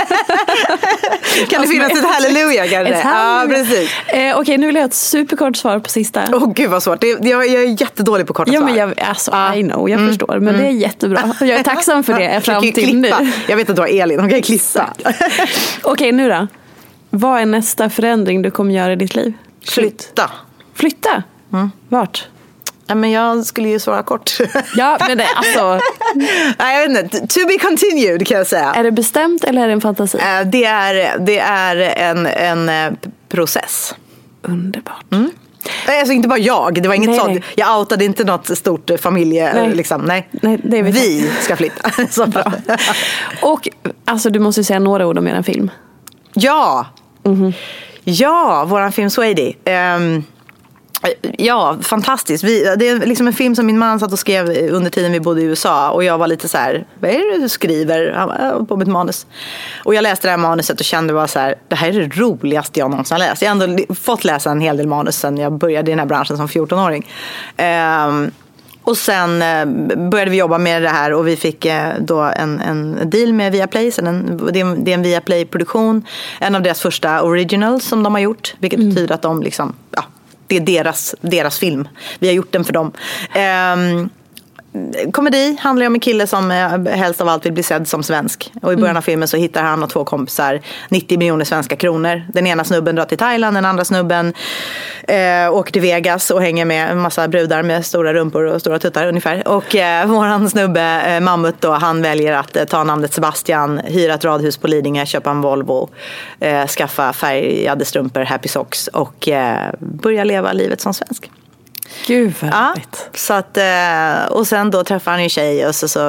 Speaker 6: Kan det finnas ett halleluja kanske?
Speaker 5: Ett
Speaker 6: halleluja. Ja, precis.
Speaker 5: Eh, Okej, okay, nu vill jag ha ett superkort svar på sista.
Speaker 6: Åh oh, gud vad svårt. Det, jag, jag är jättedålig på korta
Speaker 5: ja,
Speaker 6: svar.
Speaker 5: Men jag, alltså,
Speaker 6: ah.
Speaker 5: I know, jag mm. förstår. Men mm. det är jättebra. Jag är tacksam för det fram till
Speaker 6: klippa.
Speaker 5: nu.
Speaker 6: Jag vet att du har Elin, hon kan klippa.
Speaker 5: Okej, okay, nu då. Vad är nästa förändring du kommer göra i ditt liv?
Speaker 6: Flytta.
Speaker 5: Flytta? Mm. Vart?
Speaker 6: Ja, men jag skulle ju svara kort.
Speaker 5: Ja, men det alltså...
Speaker 6: Nej, jag vet inte. To be continued kan jag säga.
Speaker 5: Är det bestämt eller är det en fantasi?
Speaker 6: Det är, det är en, en process.
Speaker 5: Underbart.
Speaker 6: Mm. Alltså inte bara jag, det var inget nej, sånt. Nej. Jag outade inte något stort familje. Nej. Liksom. Nej.
Speaker 5: Nej, det vet
Speaker 6: Vi
Speaker 5: jag.
Speaker 6: ska flytta. Så bra.
Speaker 5: Och alltså, du måste ju säga några ord om er film.
Speaker 6: Ja. Mm-hmm. Ja, våran film Swady. Um, Ja, fantastiskt. Vi, det är liksom en film som min man satt och skrev under tiden vi bodde i U S A. Och jag var lite så här, vad är det du skriver? Han var på mitt manus. Och jag läste det här manuset och kände bara så här, det här är det roligaste jag någonsin har läst. Jag har ändå fått läsa en hel del manus sen jag började i den här branschen som fjortonåring. Um, och sen uh, började vi jobba med det här och vi fick uh, då en, en deal med Viaplay. Så den, det, är en, det är en Viaplay-produktion. En av deras första originals som de har gjort. Vilket mm. betyder att de liksom... Ja, det är deras, deras film. Vi har gjort den för dem. Um, komedi handlar om en kille som helst av allt vill bli sedd som svensk. Och i början av filmen så hittar han och två kompisar nittio miljoner svenska kronor. Den ena snubben drar till Thailand, den andra snubben eh, åker till Vegas och hänger med en massa brudar med stora rumpor och stora tuttar ungefär. Och eh, våran snubbe, eh, Mammut då, han väljer att eh, ta namnet Sebastian, hyra ett radhus på Lidingö, köpa en Volvo, eh, skaffa färgade strumpor, happy socks och eh, börja leva livet som svensk.
Speaker 5: Gud vad
Speaker 6: ja, så att, och sen då träffar han en tjej och så, så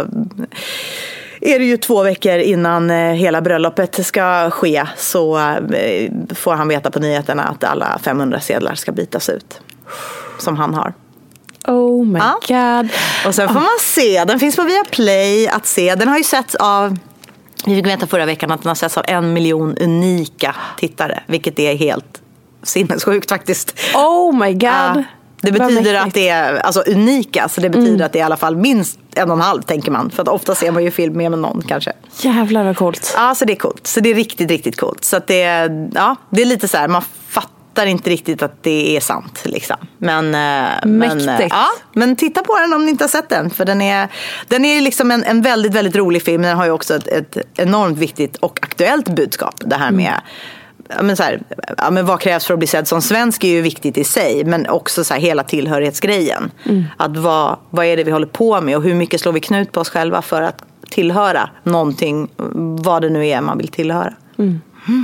Speaker 6: är det ju två veckor innan hela bröllopet ska ske så får han veta på nyheterna att alla femhundra sedlar ska bytas ut som han har.
Speaker 5: Oh my ja. God.
Speaker 6: Och sen får man se, den finns på Viaplay att se. Den har ju setts av Vi fick veta förra veckan att den har setts av en miljon unika tittare, vilket är helt sinnessjukt faktiskt.
Speaker 5: Oh my god. Ja,
Speaker 6: det betyder att det är alltså unika, så det betyder mm. att det är i alla fall minst en och en halv, tänker man. För att ofta ser man ju film med någon kanske.
Speaker 5: Jävlar vad coolt.
Speaker 6: Ja, så det är coolt. Så det är riktigt, riktigt coolt. Så att det är, ja, det är lite så här, man fattar inte riktigt att det är sant liksom. Men,
Speaker 5: Mäktigt.
Speaker 6: men, ja, men titta på den om ni inte har sett den. För den är, den är liksom en, en väldigt, väldigt rolig film. Den har ju också ett, ett enormt viktigt och aktuellt budskap. Det här med mm. Ja, men så här, ja, men vad krävs för att bli sedd som svensk är ju viktigt i sig, men också så här, hela tillhörighetsgrejen. Mm. Att vad, vad är det vi håller på med och hur mycket slår vi knut på oss själva för att tillhöra någonting, vad det nu är man vill tillhöra. Mm. Mm.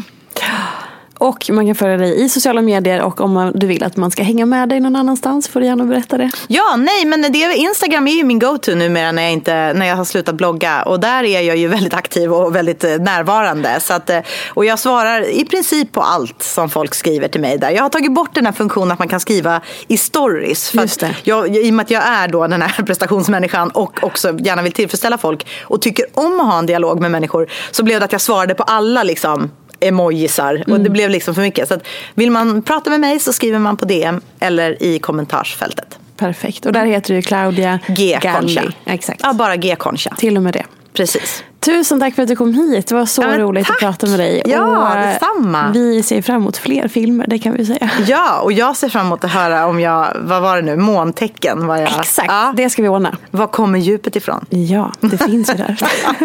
Speaker 5: Och man kan följa dig i sociala medier, och om man, du vill att man ska hänga med dig någon annanstans får du gärna berätta det.
Speaker 6: Ja, nej, men det, Instagram är ju min go-to numera när jag, inte, när jag har slutat blogga, och där är jag ju väldigt aktiv och väldigt närvarande. Så att, och jag svarar i princip på allt som folk skriver till mig där. Jag har tagit bort den här funktionen att man kan skriva i stories. För Just det. Jag, i och med att jag är då den här prestationsmänniskan och också gärna vill tillfredsställa folk och tycker om att ha en dialog med människor, så blev det att jag svarade på alla liksom emojisar mm. och det blev liksom för mycket. Så att vill man prata med mig så skriver man på D M eller i kommentarsfältet.
Speaker 5: Perfekt. Och där heter du Claudia
Speaker 6: G. Concha.
Speaker 5: Exakt.
Speaker 6: Ja, bara G. Concha.
Speaker 5: Till och med det.
Speaker 6: Precis.
Speaker 5: Tusen tack för att du kom hit. Det var så ja, roligt tack. att prata med dig.
Speaker 6: Ja, och detsamma.
Speaker 5: Vi ser fram emot fler filmer, det kan vi säga.
Speaker 6: Ja, och jag ser fram emot att höra om jag, vad var det nu, måntecken. Var jag,
Speaker 5: Exakt,
Speaker 6: ja.
Speaker 5: det ska vi ordna.
Speaker 6: Var kommer djupet ifrån?
Speaker 5: Ja, det finns ju där.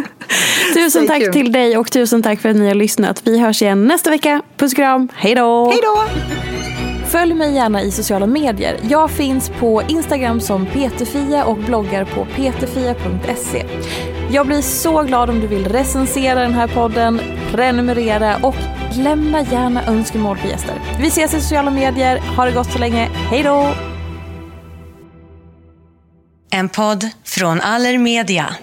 Speaker 5: Tusen tack kul. till dig, och tusen tack för att ni har lyssnat. Vi hörs igen nästa vecka. Puss och kram. Hej då!
Speaker 6: Hej då!
Speaker 5: Följ mig gärna i sociala medier. Jag finns på Instagram som Peterfia och bloggar på peterfia punkt se. Jag blir så glad om du vill recensera den här podden, prenumerera och lämna gärna önskemål på gäster. Vi ses i sociala medier. Ha det gott så länge. Hej då!
Speaker 7: En podd från Allermedia.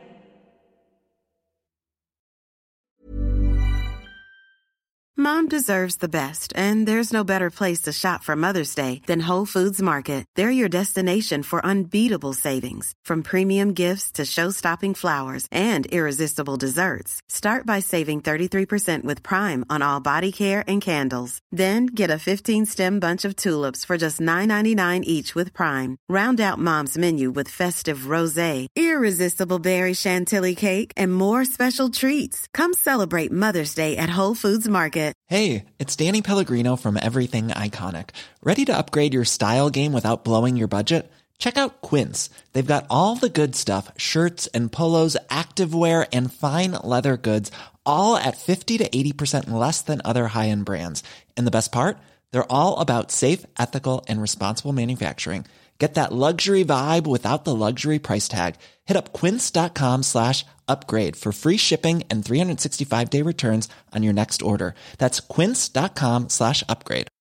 Speaker 4: Mom deserves the best, and there's no better place to shop for Mother's Day than Whole Foods Market. They're your destination for unbeatable savings, from premium gifts to show-stopping flowers and irresistible desserts. Start by saving thirty-three percent with Prime on all body care and candles. Then get a fifteen-stem bunch of tulips for just nine ninety-nine each with Prime. Round out Mom's menu with festive rosé, irresistible berry chantilly cake, and more special treats. Come celebrate Mother's Day at Whole Foods Market.
Speaker 8: Hey, it's Danny Pellegrino from Everything Iconic. Ready to upgrade your style game without blowing your budget? Check out Quince. They've got all the good stuff, shirts and polos, activewear, and fine leather goods, all at fifty to eighty percent less than other high-end brands. And the best part? They're all about safe, ethical, and responsible manufacturing. Get that luxury vibe without the luxury price tag. Hit up quince.com slash upgrade for free shipping and three sixty-five day returns on your next order. That's quince.com slash upgrade.